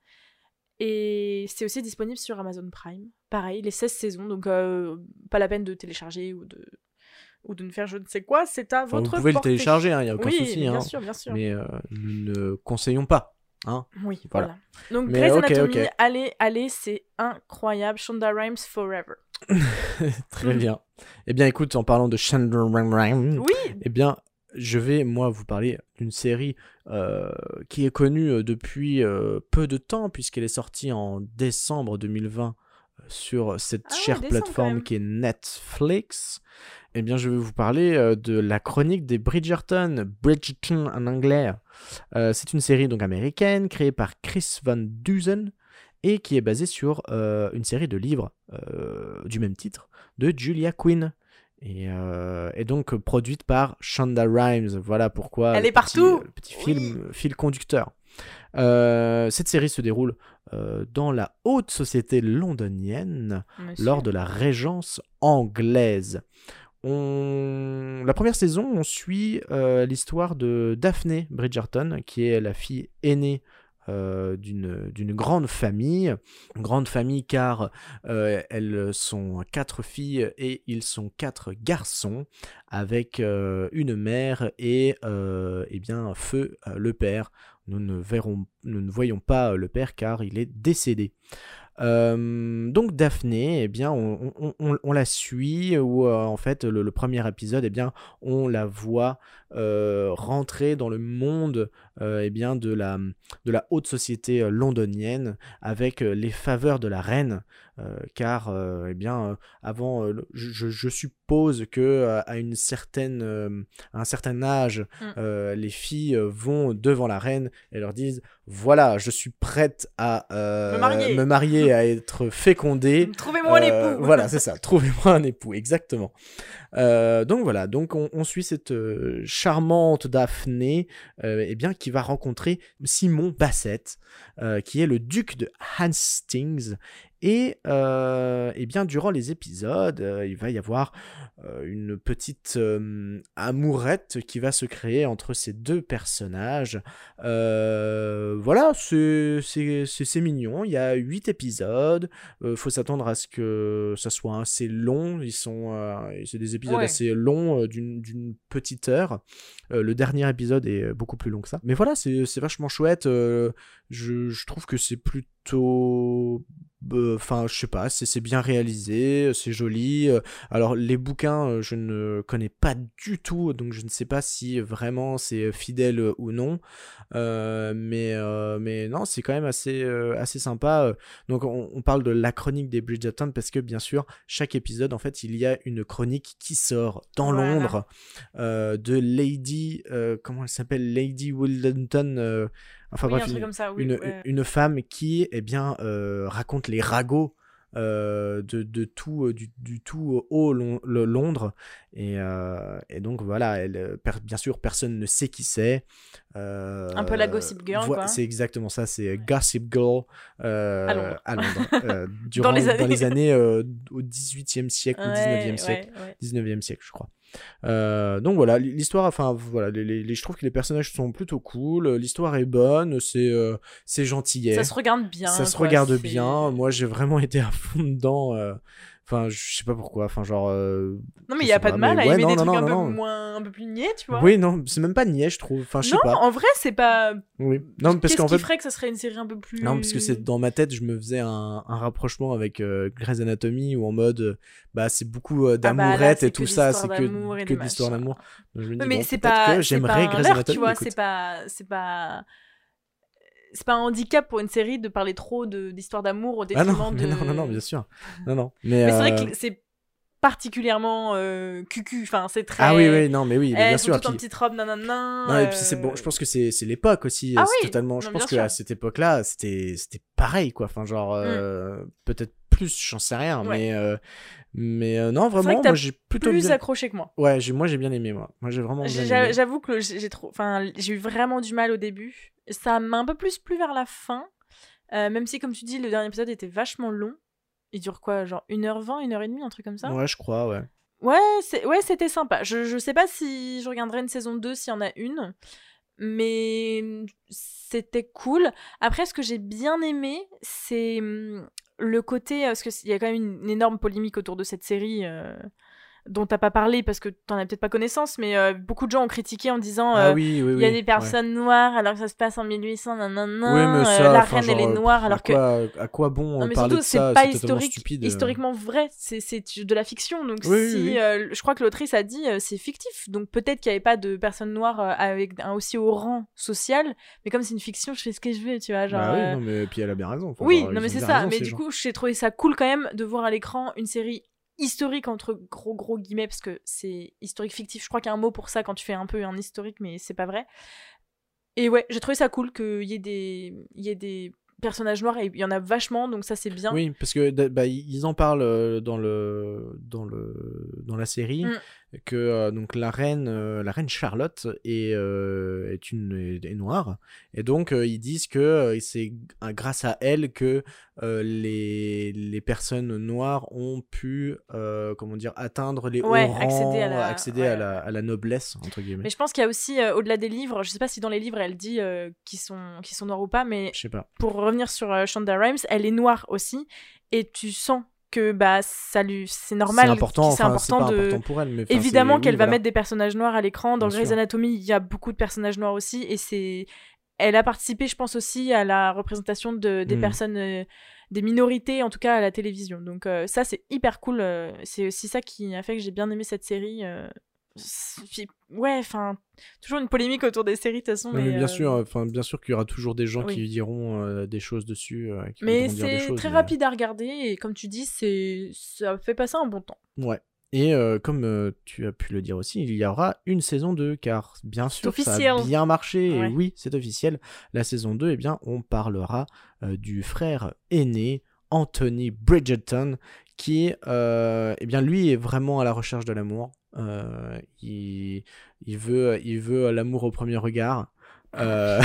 Et c'est aussi disponible sur Amazon Prime. Pareil, les seize saisons, donc euh, pas la peine de télécharger ou de, ou de ne faire je ne sais quoi, c'est à Enfin, votre vous pouvez portée. le télécharger, il n'y a aucun oui, souci. mais bien Hein, sûr, bien sûr. mais euh, nous ne conseillons pas. Hein. Oui, Voilà. voilà. Donc Mais Grey's ok, Anatomy, ok. allez, allez, c'est incroyable. Shonda Rhimes forever. Très Mm. bien. Eh bien, écoute, en parlant de Chandler Rhimes, Oui, eh bien, je vais, moi, vous parler d'une série euh, qui est connue euh, depuis euh, peu de temps, puisqu'elle est sortie en décembre deux mille vingt euh, sur cette Ah ouais, chère décembre, quand plateforme même. qui est Netflix. Eh bien, je vais vous parler euh, de la chronique des Bridgerton, Bridgerton en anglais. Euh, c'est une série donc américaine créée par Chris Van Dusen et qui est basée sur euh, une série de livres euh, du même titre de Julia Quinn. Et, euh, et donc euh, produite par Shonda Rhimes. Voilà pourquoi Elle le est petit, partout. le petit Oui. film, fil conducteur. Euh, cette série se déroule euh, dans la haute société londonienne Monsieur. lors de la régence anglaise. On... La première saison, on suit euh, l'histoire de Daphne Bridgerton, qui est la fille aînée euh, d'une, d'une grande famille. Une grande famille car euh, elles sont quatre filles et ils sont quatre garçons, avec euh, une mère et euh, eh bien, feu euh, le père. Nous ne, verrons, nous ne voyons pas le père car il est décédé. Euh, donc Daphné, eh bien, on, on, on, on la suit, où euh, en fait le, le premier épisode, eh bien, on la voit euh, rentrer dans le monde euh, eh bien, de, la, de la haute société euh, londonienne avec euh, les faveurs de la reine, euh, car euh, eh bien, euh, avant, euh, je, je suppose que euh, à une certaine, euh, à un certain âge, Mm. euh, les filles vont devant la reine et leur disent voilà, je suis prête à euh, Me marier. me marier, à être fécondée. Trouvez-moi un Euh, époux. Voilà, c'est ça. Trouvez-moi un époux, exactement. Euh, donc voilà, donc on, on suit cette euh, charmante Daphné, euh, eh bien, qui va rencontrer Simon Bassett, euh, qui est le duc de Hastings. Et euh, eh bien, durant les épisodes, euh, il va y avoir euh, une petite euh, amourette qui va se créer entre ces deux personnages. Euh, voilà, c'est, c'est, c'est, c'est mignon. Il y a huit épisodes. Il euh, faut s'attendre à ce que ça soit assez long. Ils sont, euh, c'est des épisodes Ouais. assez longs, euh, d'une, d'une petite heure. Euh, le dernier épisode est beaucoup plus long que ça. Mais voilà, c'est, c'est vachement chouette. Euh, je, je trouve que c'est plutôt... Enfin, euh, je sais pas, c'est, c'est bien réalisé, c'est joli. Alors, les bouquins, euh, je ne connais pas du tout, donc je ne sais pas si vraiment c'est fidèle ou non. Euh, mais, euh, mais non, c'est quand même assez, euh, assez sympa. Donc, on, on parle de la chronique des Bridgerton parce que, bien sûr, chaque épisode, en fait, il y a une chronique qui sort dans Voilà. Londres euh, de Lady... Euh, comment elle s'appelle Lady Wildenton euh, Enfin oui, bref, un truc une, comme ça, oui, une, ouais. une femme qui eh bien, euh, raconte les ragots euh, de, de tout, euh, du, du tout haut Lon- le Londres. Et, euh, et donc voilà, elle, euh, per- bien sûr, personne ne sait qui c'est. Euh, Un peu la Gossip Girl, vo- quoi. C'est exactement ça, c'est Gossip Girl euh, À Londres. à Londres. Euh, durant, les années- Dans les années euh, au dix-huitième siècle ou Ouais, dix-neuvième siècle. ouais, ouais. dix-neuvième siècle, je crois. Euh, donc voilà, l'histoire, enfin voilà, les, les, les- je trouve que les personnages sont plutôt cool, l'histoire est bonne, c'est euh, c'est gentillet. Ça se regarde bien. Ça se quoi, regarde c'est- bien. Moi, j'ai vraiment été à fond dedans. euh, Enfin, je sais pas pourquoi. Enfin, genre. euh, Non, mais je il y a sais pas de mal mais à ouais, aimer non, des non, trucs non, un peu non, non. moins, un peu plus niais, tu vois. Oui, non, c'est même pas niais, je trouve. Enfin, je sais Non, pas. en vrai, c'est pas. Oui. Non, parce Qu'est-ce qu'en qui fait. ferait que ça serait une série un peu plus. Non, parce que c'est dans ma tête, je me faisais un, un rapprochement avec euh, Grey's Anatomy où en mode, euh, bah, c'est beaucoup euh, Ah bah là, d'amourette c'est et tout que ça, d'histoire c'est d'amour que, et que de de l'histoire machin. d'amour. Donc je me dis, Ouais, mais bon, c'est peut-être pas. que c'est j'aimerais pas un Grey's leurre, Anatomy. tu vois, écoute. c'est pas. C'est pas. C'est pas un handicap pour une série de parler trop de- d'histoires d'amour au Ah détriment non, mais de. non, non, non, bien sûr. Non, non. Mais, Mais c'est euh, vrai que c'est particulièrement euh, cucu. Enfin, c'est très. Ah oui, oui, non, mais oui, mais Eh, bien faut sûr. tout en puis- petite robe, nanana. Non, et puis c'est bon, je pense que c'est c'est l'époque aussi, Ah c'est oui, totalement, je non, pense bien que sûr. à cette époque-là, c'était c'était pareil quoi, enfin genre euh, peut-être plus, j'en sais rien, Ouais. mais euh, mais euh, non, vrai vraiment, que t'as moi j'ai plutôt Plus bien accroché que moi. Ouais, j'ai moi j'ai bien aimé moi. Moi j'ai vraiment bien J'ai- aimé. J'avoue que j'ai j'ai trop. Enfin, j'ai eu vraiment du mal au début. Ça m'a un peu plus plu vers la fin. Euh, même si, comme tu dis, le dernier épisode était vachement long. Il dure quoi, genre une heure vingt, une heure trente, un truc comme ça? Ouais, je crois, ouais. Ouais, c'est- ouais, c'était sympa. Je, je sais pas si je regarderai une saison deux s'il y en a une, mais c'était cool. Après, ce que j'ai bien aimé, c'est hum, le côté... Parce qu'il y a quand même une, une énorme polémique autour de cette série... euh, dont t'as pas parlé parce que t'en as peut-être pas connaissance, mais euh, beaucoup de gens ont critiqué en disant Ah euh, oui, oui, il oui. y a des personnes noires alors que ça se passe en mille huit cents, nanana, Oui, mais euh, ça, la enfin, reine elle est genre, noire à alors que... quoi, à quoi bon Non mais parler surtout de c'est ça, pas c'est totalement historique, stupide. historiquement vrai, c'est c'est de la fiction, donc Oui, si oui, oui. euh, je crois que l'autrice a dit euh, c'est fictif, donc peut-être qu'il y avait pas de personnes noires euh, avec un aussi haut rang social, mais comme c'est une fiction je fais ce que je veux, tu vois, genre... Bah oui, euh, non mais puis elle a bien raison. Enfin, oui, genre, non ils mais ont c'est bien ça, raison, mais ces du gens. coup j'ai trouvé ça cool quand même de voir à l'écran une série historique entre gros gros guillemets parce que c'est historique fictif, je crois qu'il y a un mot pour ça quand tu fais un peu un historique mais c'est pas vrai. Et ouais, j'ai trouvé ça cool qu'il y ait des il y ait des personnages noirs et il y en a vachement, donc ça c'est bien. Oui, parce que bah, ils en parlent euh, dans le dans le dans la série Mm. que euh, donc la reine euh, la reine Charlotte est euh, est une est, est noire et donc euh, ils disent que euh, c'est g- grâce à elle que euh, les les personnes noires ont pu euh, comment dire atteindre les Ouais, hauts rangs, accéder à la- accéder ouais, à la à la noblesse entre guillemets. Mais je pense qu'il y a aussi euh, au-delà des livres, je sais pas si dans les livres elle dit euh, qu'ils sont qu'ils sont noirs ou pas, mais Je sais pas. pour revenir sur euh, Shonda Rhimes, elle est noire aussi et tu sens que bah ça lui c'est normal, C'est important, que c'est enfin, c'est pas important de important pour elle, mais enfin, évidemment c'est- qu'elle oui, va voilà. mettre des personnages noirs à l'écran. Dans Bien Grey's sûr. Anatomy, il y a beaucoup de personnages noirs aussi, et c'est, elle a participé, je pense aussi, à la représentation de des Mm. personnes, euh, des minorités, en tout cas à la télévision. Donc euh, ça, c'est hyper cool. euh, c'est aussi ça qui a fait que j'ai bien aimé cette série. euh, c'est- Ouais, enfin, toujours une polémique autour des séries de toute façon. Non, mais, mais bien euh, sûr, enfin bien sûr qu'il y aura toujours des gens oui. qui diront euh, des choses dessus, euh, qui Mais voudront dire des c'est choses, très mais- rapide à regarder, et comme tu dis, c'est ça fait passer un bon temps. Ouais. Et euh, comme euh, tu as pu le dire aussi, il y aura une saison deux, car bien sûr, ça a officiel. bien marché, Ouais. et oui, c'est officiel. La saison deux, eh bien, on parlera euh, du frère aîné, Anthony Bridgerton, qui, euh, eh bien, lui est vraiment à la recherche de l'amour. Euh, il, il veut, il veut l'amour au premier regard. Euh,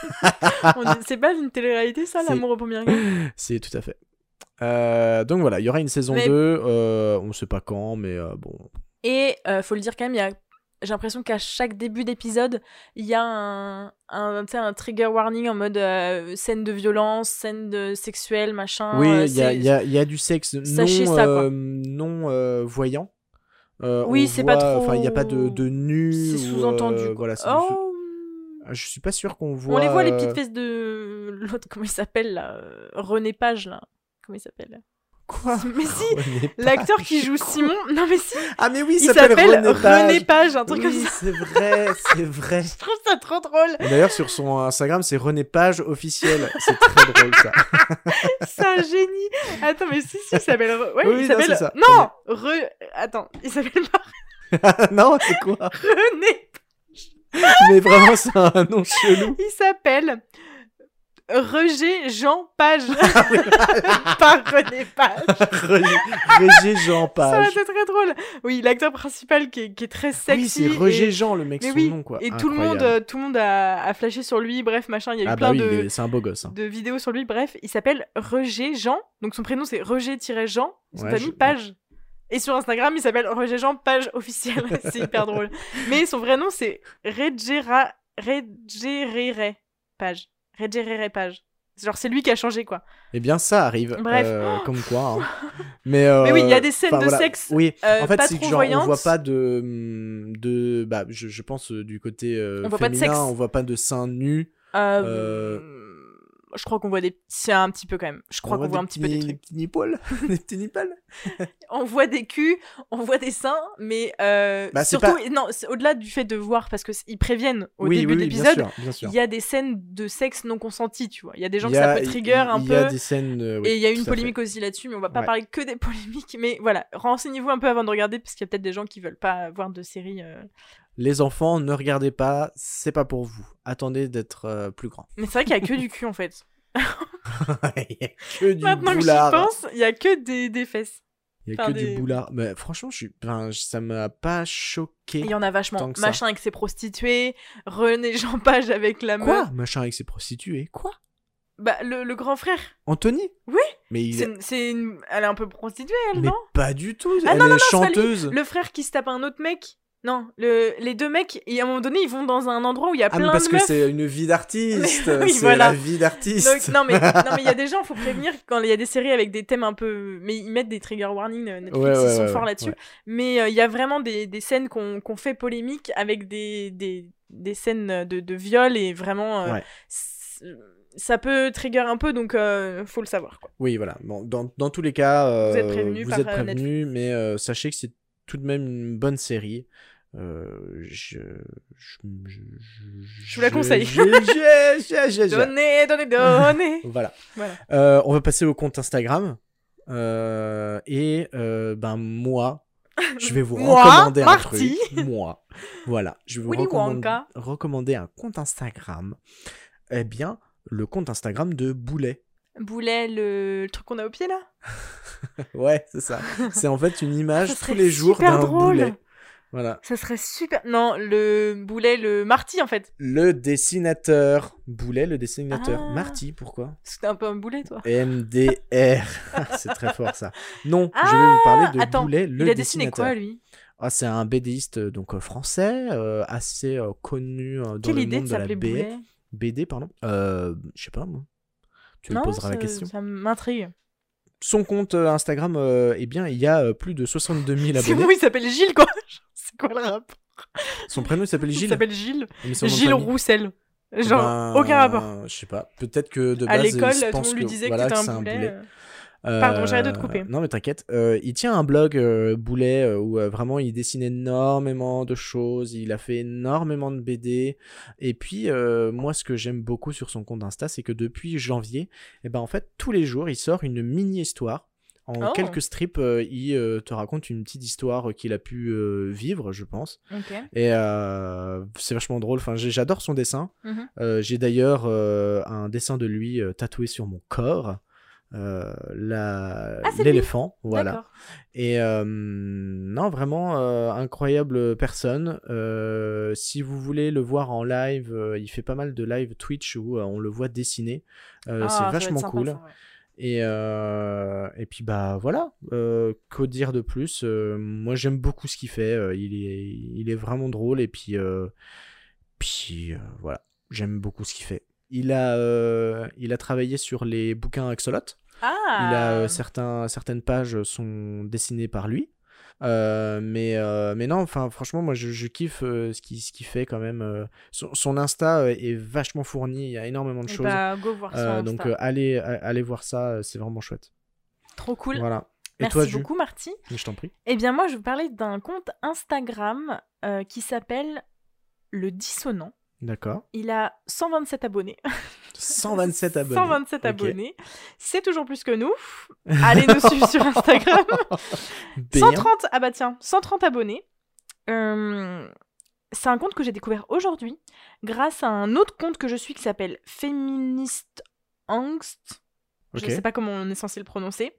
On dit- C'est pas une télé-réalité ça, C'est- l'amour au premier regard? c'est tout à fait. Euh, donc voilà, il y aura une saison Mais- deux, euh, on sait pas quand, mais euh, bon. Et euh, faut le dire quand même, il y a... j'ai l'impression qu'à chaque début d'épisode, il y a un, un, tu sais, un trigger warning en mode euh, scène de violence, scène de sexuelle, machin. Oui, euh, il y, a- c'est- il y a, il y a du sexe non, Sachez ça, quoi. euh, non euh, voyant. Euh, Oui, on c'est pas voit- trop- Enfin, il n'y a pas de, de nu. C'est ou, sous-entendu. euh, quoi. voilà, c'est du sous- Oh, Ah, je suis pas sûr qu'on voit. on les voit les euh, petites fesses de l'autre, comment il s'appelle là, euh, René Page là. Comment il s'appelle? Quoi Mais si, René Page. l'acteur qui joue Simon. Non mais si, Ah, mais oui, il il s'appelle René Page. René Page, un truc Oui, comme ça. c'est vrai, c'est vrai. Je trouve ça trop drôle. Et d'ailleurs, sur son Instagram, c'est René Page officiel. C'est très drôle, ça. C'est un génie. Attends, mais si, si, il s'appelle. Re- Ouais, Oui, il non, s'appelle. c'est ça. Non, Re. Attends, il s'appelle pas Non, c'est quoi René. Mais vraiment, c'est un nom chelou. Il s'appelle Roger Jean Page. Pas René Page. Roger Jean Ça Page. c'est très drôle. Oui, l'acteur principal qui est, qui est très sexy. Oui, c'est Roger et... Jean, le mec, Mais son oui, nom, quoi. et tout le monde, Incroyable. euh, tout le monde a, a flashé sur lui. Bref, machin, il y a eu Ah plein bah oui, de, il est- c'est un beau gosse. Hein. de vidéos sur lui. Bref, il s'appelle Roger Jean. Donc son prénom c'est Roger-Jean. Son Ouais, famille je- Page. Et sur Instagram, il s'appelle Roger Jean Page officiel. C'est hyper drôle. Mais son vrai nom c'est Regera... Regérere Page. Regérere Page. Genre c'est lui qui a changé quoi. Eh bien, ça arrive. Bref. euh, comme quoi. Hein. Mais, euh, Mais oui, il y a des scènes enfin, de voilà. sexe, Oui, euh, en fait, pas c'est que trop genre, on voyantes. voit pas de. de bah, je, je pense euh, du côté euh, On voit pas de féminin, sexe. on voit pas de seins nus. Euh, Euh, Je crois qu'on voit des petits... un petit peu quand même. Je crois qu'on voit des un petit peu des petits- trucs. Des petits nipples. Des petits nipples. On voit des culs, on voit des seins, mais euh, Bah, c'est surtout, pas- non, c'est au-delà du fait de voir, parce qu'ils préviennent au oui, début oui, de oui, bien l'épisode, sûr, bien sûr. il y a des scènes de sexe non consenti, tu vois. Il y a des gens Il que y a- ça peut trigger il- un il peu. y a des scènes. euh, oui, Et il y a tout une à fait. polémique aussi là-dessus, mais on va pas Ouais. parler que des polémiques. Mais voilà, renseignez-vous un peu avant de regarder, parce qu'il y a peut-être des gens qui veulent pas voir de séries. euh. Les enfants, ne regardez pas, c'est pas pour vous. Attendez d'être euh, plus grand. Mais c'est vrai qu'il y a que du cul en fait. Il y a que du Maintenant que j'y boulard. pense, il y a que des, des fesses. Il y a enfin, que des- du boulard. Mais franchement, je suis... enfin, ça m'a pas choqué. Il y en a vachement. Tant que ça. Machin avec ses prostituées, René Jean Page avec la Quoi meuf. Machin avec ses prostituées. Quoi Bah, le, le grand frère. Anthony Oui. Mais il C'est est... une- c'est une... Elle est un peu prostituée, elle, Mais non pas du tout. Ah Elle non, non, est non, c'est pas lui. chanteuse. Le frère qui se tape un autre mec. Non, le... les deux mecs, et à un moment donné, ils vont dans un endroit où il y a Ah, mais plein parce de que meufs. c'est une vie d'artiste. Mais oui, c'est voilà. la vie d'artiste. Donc, non, mais non, mais il y a des gens, faut prévenir quand il y a des séries avec des thèmes un peu. Mais ils mettent des trigger warnings, euh, Netflix, Ouais, ouais, ils sont ouais, forts ouais, là-dessus. ouais. Mais euh, il y a vraiment des, des scènes qu'on qu'on fait polémique avec des, des, des scènes de, de viol et vraiment. euh, Ouais. c- Ça peut trigger un peu, donc euh, faut le savoir, quoi. Oui, voilà. Bon, dans, dans tous les cas, euh, Vous êtes prévenus vous par, êtes euh, prévenus, mais euh, sachez que c'est tout de même une bonne série. Euh, je, je, je, Je vous la conseille. je- je- je- je- je- Donnez, donnez, donnez. Voilà. Voilà. Euh, on va passer au compte Instagram. Euh, et euh, ben moi, je vais vous Moi, recommander un Marty. truc. Moi, voilà, je vais vous Willy recommande- Wonka. recommander un compte Instagram. Eh bien, le compte Instagram de Boulet. Boulet, le... le truc qu'on a au pied là. Ouais, c'est ça. C'est en fait une image Ça tous serait les jours super d'un drôle. boulet. Voilà. Ça serait super. Non, le Boulet, le Marty en fait. Le dessinateur. Boulet, le dessinateur. Ah. Marty, pourquoi C'était un peu un boulet, toi. M D R. C'est très fort ça. Non, Ah, je vais vous parler de attends, Boulet, le il a dessiné dessinateur. quoi lui? Ah, c'est un BDiste euh, donc euh, français, euh, assez euh, connu euh, dans Quelle le idée monde de de la s'appeler B- Boulet? B D, pardon. Euh, je sais pas moi. Tu me Non, poseras la ça- question. Ça m'intrigue. Son compte euh, Instagram, euh, eh bien, il y a euh, plus de soixante-deux mille C'est abonnés. bon, il s'appelle Gilles quoi. C'est quoi le rap? Son prénom il s'appelle Il Gilles. s'appelle Gilles. Mais son nom de Gilles famille Roussel. Genre, Ben, aucun rapport. Je sais pas. Peut-être que de À base, l'école, il se tout le pense monde lui que, disait voilà, que que t'étais c'est un un boulet. boulet. euh. Pardon, j'arrête de te Euh, couper. Non, mais t'inquiète. Euh, il tient un blog euh, Boulet euh, où euh, vraiment il dessine énormément de choses. Il a fait énormément de B D. Et puis, euh, moi, ce que j'aime beaucoup sur son compte Insta, c'est que depuis janvier, eh ben, en fait, tous les jours, il sort une mini-histoire. En Oh. quelques strips, euh, il euh, te raconte une petite histoire qu'il a pu euh, vivre, je pense. Ok. Et euh, c'est vachement drôle. Enfin, j'ai- j'adore son dessin. Mhm. Euh, j'ai d'ailleurs euh, un dessin de lui euh, tatoué sur mon corps. Euh, la- Ah, c'est l'éléphant, voilà. D'accord. Et euh, non, vraiment euh, incroyable personne. Euh, si vous voulez le voir en live, euh, il fait pas mal de live Twitch où euh, on le voit dessiner. Euh, Ah, ça c'est va être vachement sympa, cool. ça, ouais. Et, euh, et puis bah voilà, euh, qu'au dire de plus. Euh, moi j'aime beaucoup ce qu'il fait. Euh, il est, il est vraiment drôle et puis, euh, puis euh, voilà, j'aime beaucoup ce qu'il fait. Il a, euh, il a travaillé sur les bouquins Axolot. Ah. Il a euh, certains, certaines pages sont dessinées par lui. Euh, mais, euh, mais non, enfin franchement, moi je, je kiffe euh, ce qu'il ce qu'il fait quand même. euh. Son, son Insta euh, est vachement fourni, il y a énormément de Eh choses. bah, go voir son Euh, Insta. donc euh, allez, a- allez voir ça, euh, c'est vraiment chouette. Trop cool. Voilà. Et Merci toi, Ju beaucoup, Marty. Je t'en prie. Eh bien, moi, je vais vous parler d'un compte Instagram euh, qui s'appelle Le Dissonant. D'accord. Il a cent vingt-sept abonnés. cent vingt-sept abonnés. cent vingt-sept Ok. abonnés. C'est toujours plus que nous. Allez nous suivre sur Instagram. Bien. cent trente, ah bah tiens, cent trente abonnés. Euh, c'est un compte que j'ai découvert aujourd'hui grâce à un autre compte que je suis qui s'appelle Féministe Angst. Ok. Je sais pas comment on est censé le prononcer.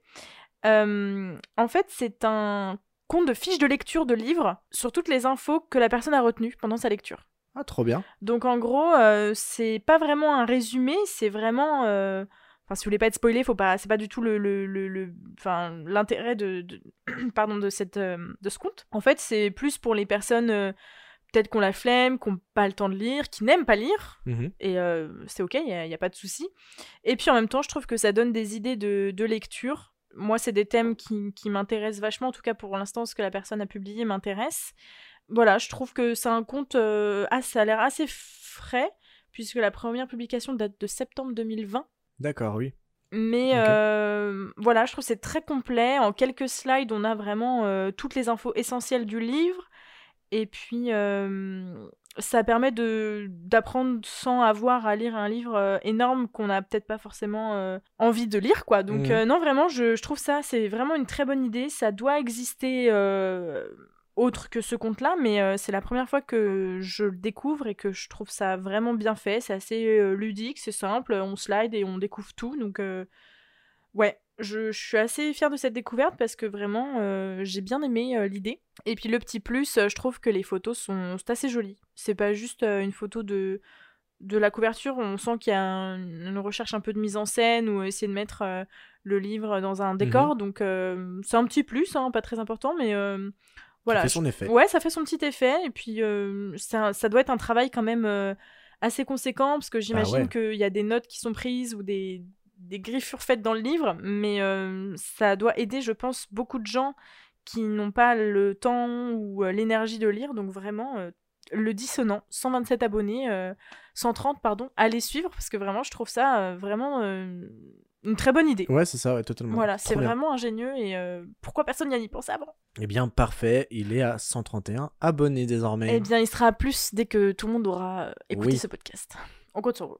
Euh, en fait, c'est un compte de fiches de lecture de livres sur toutes les infos que la personne a retenues pendant sa lecture. Ah, trop bien. Donc en gros, euh, c'est pas vraiment un résumé, c'est vraiment... euh, Enfin, si vous voulez pas être spoilé, faut pas... c'est pas du tout le, le, le, le... Enfin, l'intérêt de, de... Pardon, de, cette, euh, de ce compte. En fait, c'est plus pour les personnes... euh, peut-être qu'on la flemme, qu'on n'a pas le temps de lire, qui n'aiment pas lire, Mhm. et euh, c'est ok, il n'y a, y a pas de souci. Et puis en même temps, je trouve que ça donne des idées de, de lecture. Moi, c'est des thèmes qui, qui m'intéressent vachement, en tout cas pour l'instant, ce que la personne a publié m'intéresse. Voilà, je trouve que c'est un compte, euh, ah, ça a l'air assez frais, puisque la première publication date de septembre deux mille vingt. D'accord, oui. Mais Ok. euh, voilà, je trouve que c'est très complet. En quelques slides, on a vraiment euh, toutes les infos essentielles du livre. Et puis, euh, ça permet de, d'apprendre sans avoir à lire un livre euh, énorme qu'on n'a peut-être pas forcément euh, envie de lire, quoi. Donc, Mhm. euh, non, vraiment, je, je trouve ça, c'est vraiment une très bonne idée. Ça doit exister euh, autre que ce compte-là, mais euh, c'est la première fois que je le découvre et que je trouve ça vraiment bien fait. C'est assez euh, ludique, c'est simple, on slide et on découvre tout. Donc, euh, ouais, je, je suis assez fière de cette découverte parce que vraiment, euh, j'ai bien aimé euh, l'idée. Et puis le petit plus, euh, je trouve que les photos sont c'est assez jolies. C'est pas juste euh, une photo de, de la couverture, on sent qu'il y a un- une recherche un peu de mise en scène ou essayer de mettre euh, le livre dans un décor. Donc euh, c'est un petit plus, hein, pas très important, mais euh, voilà. Ça fait son je- effet. Ouais, ça fait son petit effet. Et puis euh, ça, ça doit être un travail quand même euh, assez conséquent parce que j'imagine ouais. qu'il y a des notes qui sont prises ou des, des griffures faites dans le livre, mais euh, ça doit aider, je pense, beaucoup de gens qui n'ont pas le temps ou euh, l'énergie de lire. Donc vraiment, euh, le dissonant, cent vingt-sept abonnés, euh, cent trente, pardon, allez suivre parce que vraiment, je trouve ça euh, vraiment euh, une très bonne idée. Ouais, c'est ça, ouais, totalement. Voilà, Trop c'est bien. vraiment ingénieux et euh, pourquoi personne n'y a n'y pensé avant ? Eh bien, parfait. Il est à cent trente et un abonnés désormais. Eh bien, il sera à plus dès que tout le monde aura euh, écouté Oui. ce podcast. On compte sur vous.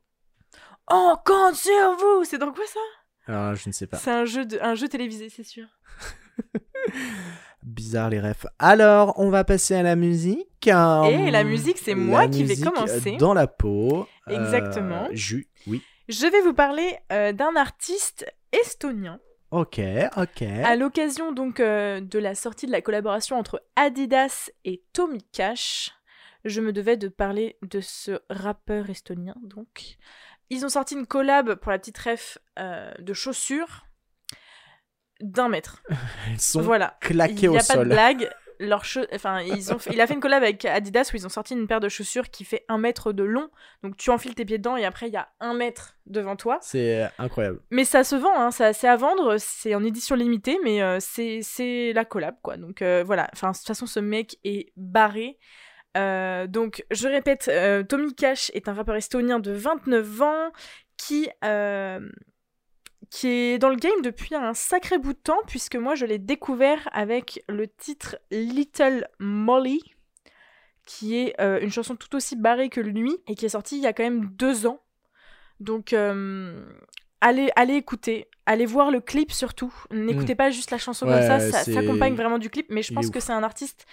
On compte sur vous. C'est dans quoi ça ? Alors, je ne sais pas. C'est un jeu, de, un jeu télévisé, c'est sûr. Bizarre les refs. Alors, on va passer à la musique. Et la musique, c'est moi La qui vais musique commencer. Dans la peau. Exactement. Euh, Jus, oui. Je vais vous parler euh, d'un artiste estonien. Ok, ok. À l'occasion donc euh, de la sortie de la collaboration entre Adidas et Tommy Cash, je me devais de parler de ce rappeur estonien. Donc, ils ont sorti une collab pour la petite ref euh, de chaussures d'un mètre. Elles sont Voilà. claquées Il au n'y a pas sol. de blague. Leurs che- enfin, ils ont fait- il a fait une collab avec Adidas où ils ont sorti une paire de chaussures qui fait un mètre de long. Donc tu enfiles tes pieds dedans et après il y a un mètre devant toi. C'est euh, incroyable. Mais ça se vend, hein, ça, c'est à vendre, c'est en édition limitée, mais euh, c'est, c'est la collab, quoi. Donc euh, voilà, enfin, de toute façon, ce mec est barré. Euh, donc, je répète, euh, Tommy Cash est un rappeur estonien de vingt-neuf ans qui, euh, qui est dans le game depuis un sacré bout de temps, puisque moi, je l'ai découvert avec le titre Little Molly, qui est euh, une chanson tout aussi barrée que lui, et qui est sortie il y a quand même deux ans. Donc, euh, allez, allez écouter, allez voir le clip surtout. N'écoutez Mm. pas juste la chanson Ouais, comme ça, ça c'est- s'accompagne vraiment du clip. Mais je Il pense est que ouf. c'est un artiste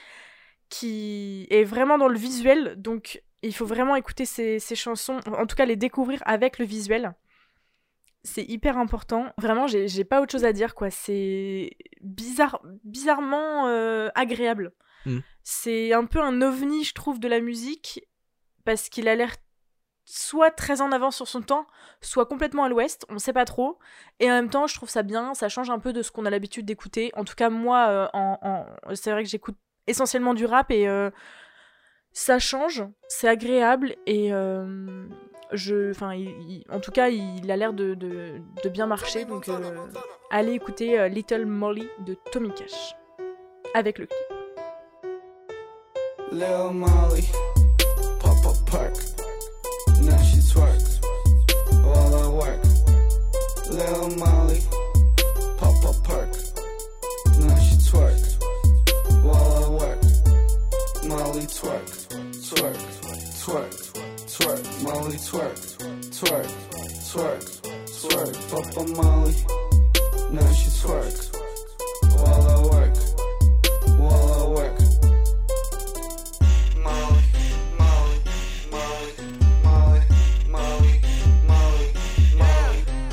qui est vraiment dans le visuel, donc il faut vraiment écouter ses, ses chansons, en tout cas les découvrir avec le visuel. C'est hyper important. Vraiment, j'ai, j'ai pas autre chose à dire, quoi. C'est bizarre, bizarrement euh, agréable. Mm. C'est un peu un ovni, je trouve, de la musique, parce qu'il a l'air soit très en avance sur son temps, soit complètement à l'ouest, on sait pas trop. Et en même temps, je trouve ça bien, ça change un peu de ce qu'on a l'habitude d'écouter. En tout cas, moi, euh, en, en... c'est vrai que j'écoute essentiellement du rap et euh, ça change, c'est agréable et euh, je, enfin, il, il- en tout cas, il a l'air de, de, de bien marcher. Donc, euh, allez écouter euh, Little Molly de Tommy Cash avec le clip. Lil Molly, pop a perk. Now she twerks while I work. Lil Molly, pop a perk. Now she twerks while I work. Molly twerk, twerk, twerk, twerk. Molly twerk, twerk, twerk, twerk. Pop a Molly, now she twerks while I work. While I work. Molly, Molly, Molly, Molly, Molly, Molly, Molly.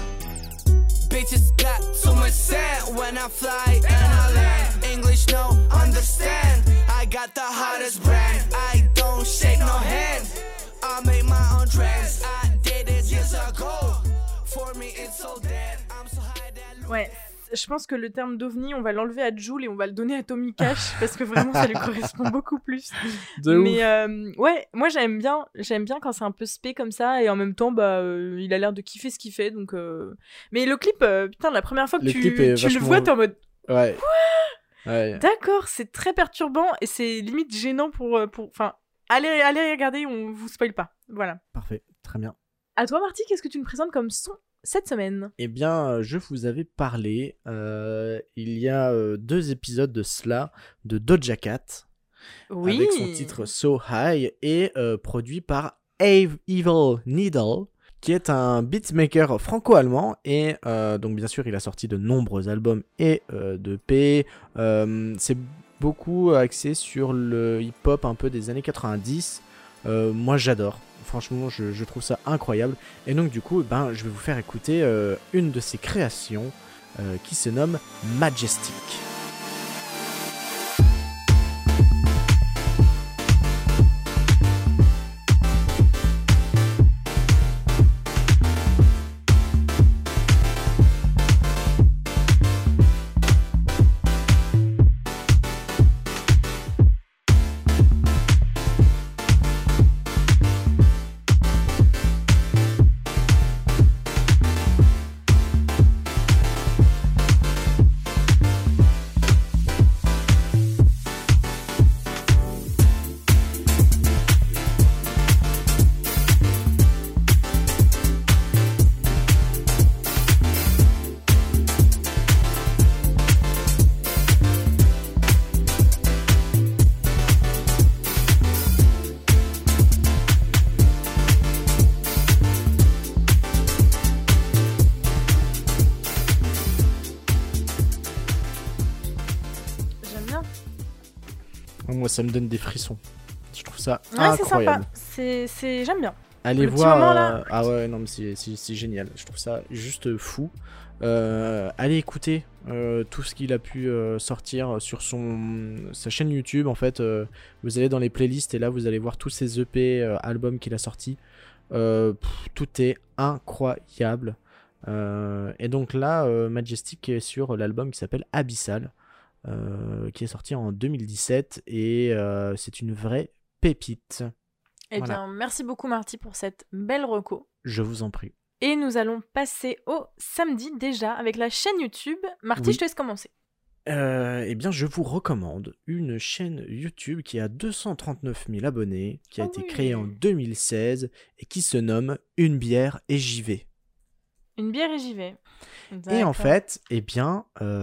I fly and I land. English no understand. I got the hottest brand. I don't shake no hand. I make my own trends. I did it years ago. For me it's so dead. I'm so high that. Ouais, je pense que le terme d'ovni, on va l'enlever à Jul et on va le donner à Tommy Cash parce que vraiment ça lui correspond beaucoup plus. De Mais euh, ouais, moi j'aime bien, j'aime bien quand c'est un peu spé comme ça et en même temps bah euh, il a l'air de kiffer ce qu'il fait donc. Euh... Mais le clip, euh, putain, la première fois que Le tu, clip est tu le vachement- vois, t'es en mode Ouais. Ouais. d'accord, c'est très perturbant et c'est limite gênant pour, euh, pour, enfin, allez, allez regarder, on vous spoil pas. Voilà. Parfait, très bien. À toi Marty, qu'est-ce que tu nous présentes comme son cette semaine? Eh bien, euh, je vous avais parlé, euh, il y a euh, deux épisodes de cela, de Doja Cat, Oui. avec son titre So High, et euh, produit par Ave Evil Needle, qui est un beatmaker franco-allemand, et euh, donc bien sûr, il a sorti de nombreux albums et euh, de E P. Euh, c'est beaucoup axé sur le hip-hop un peu des années quatre-vingt-dix. Euh, moi, j'adore. Franchement, je, je trouve ça incroyable. Et donc, du coup, ben, je vais vous faire écouter euh, une de ses créations euh, qui se nomme Majestic. Moi, ça me donne des frissons. Je trouve ça Ouais, c'est incroyable. sympa. C'est, c'est... J'aime bien. Allez Le petit voir. moment, là. euh, Ah ouais, non, mais c'est, c'est, c'est génial. Je trouve ça juste fou. Euh, allez écouter euh, tout ce qu'il a pu euh, sortir sur son sa chaîne YouTube. En fait, euh, vous allez dans les playlists et là, vous allez voir tous ses E P, euh, albums qu'il a sortis. Euh, pff, tout est incroyable. Euh, et donc là, euh, Majestic est sur l'album qui s'appelle Abyssal, euh, qui est sorti en deux mille dix-sept et euh, c'est une vraie pépite. Eh Voilà. bien, merci beaucoup Marty pour cette belle reco. Je vous en prie. Et nous allons passer au samedi déjà avec la chaîne YouTube. Marty, Oui. je te laisse commencer. Euh, eh bien, je vous recommande une chaîne YouTube qui a deux cent trente-neuf mille abonnés, qui a Ah été oui. créée en deux mille seize et qui se nomme Une bière et j'y vais. Une bière et j'y vais. Et en D'accord. fait, eh bien,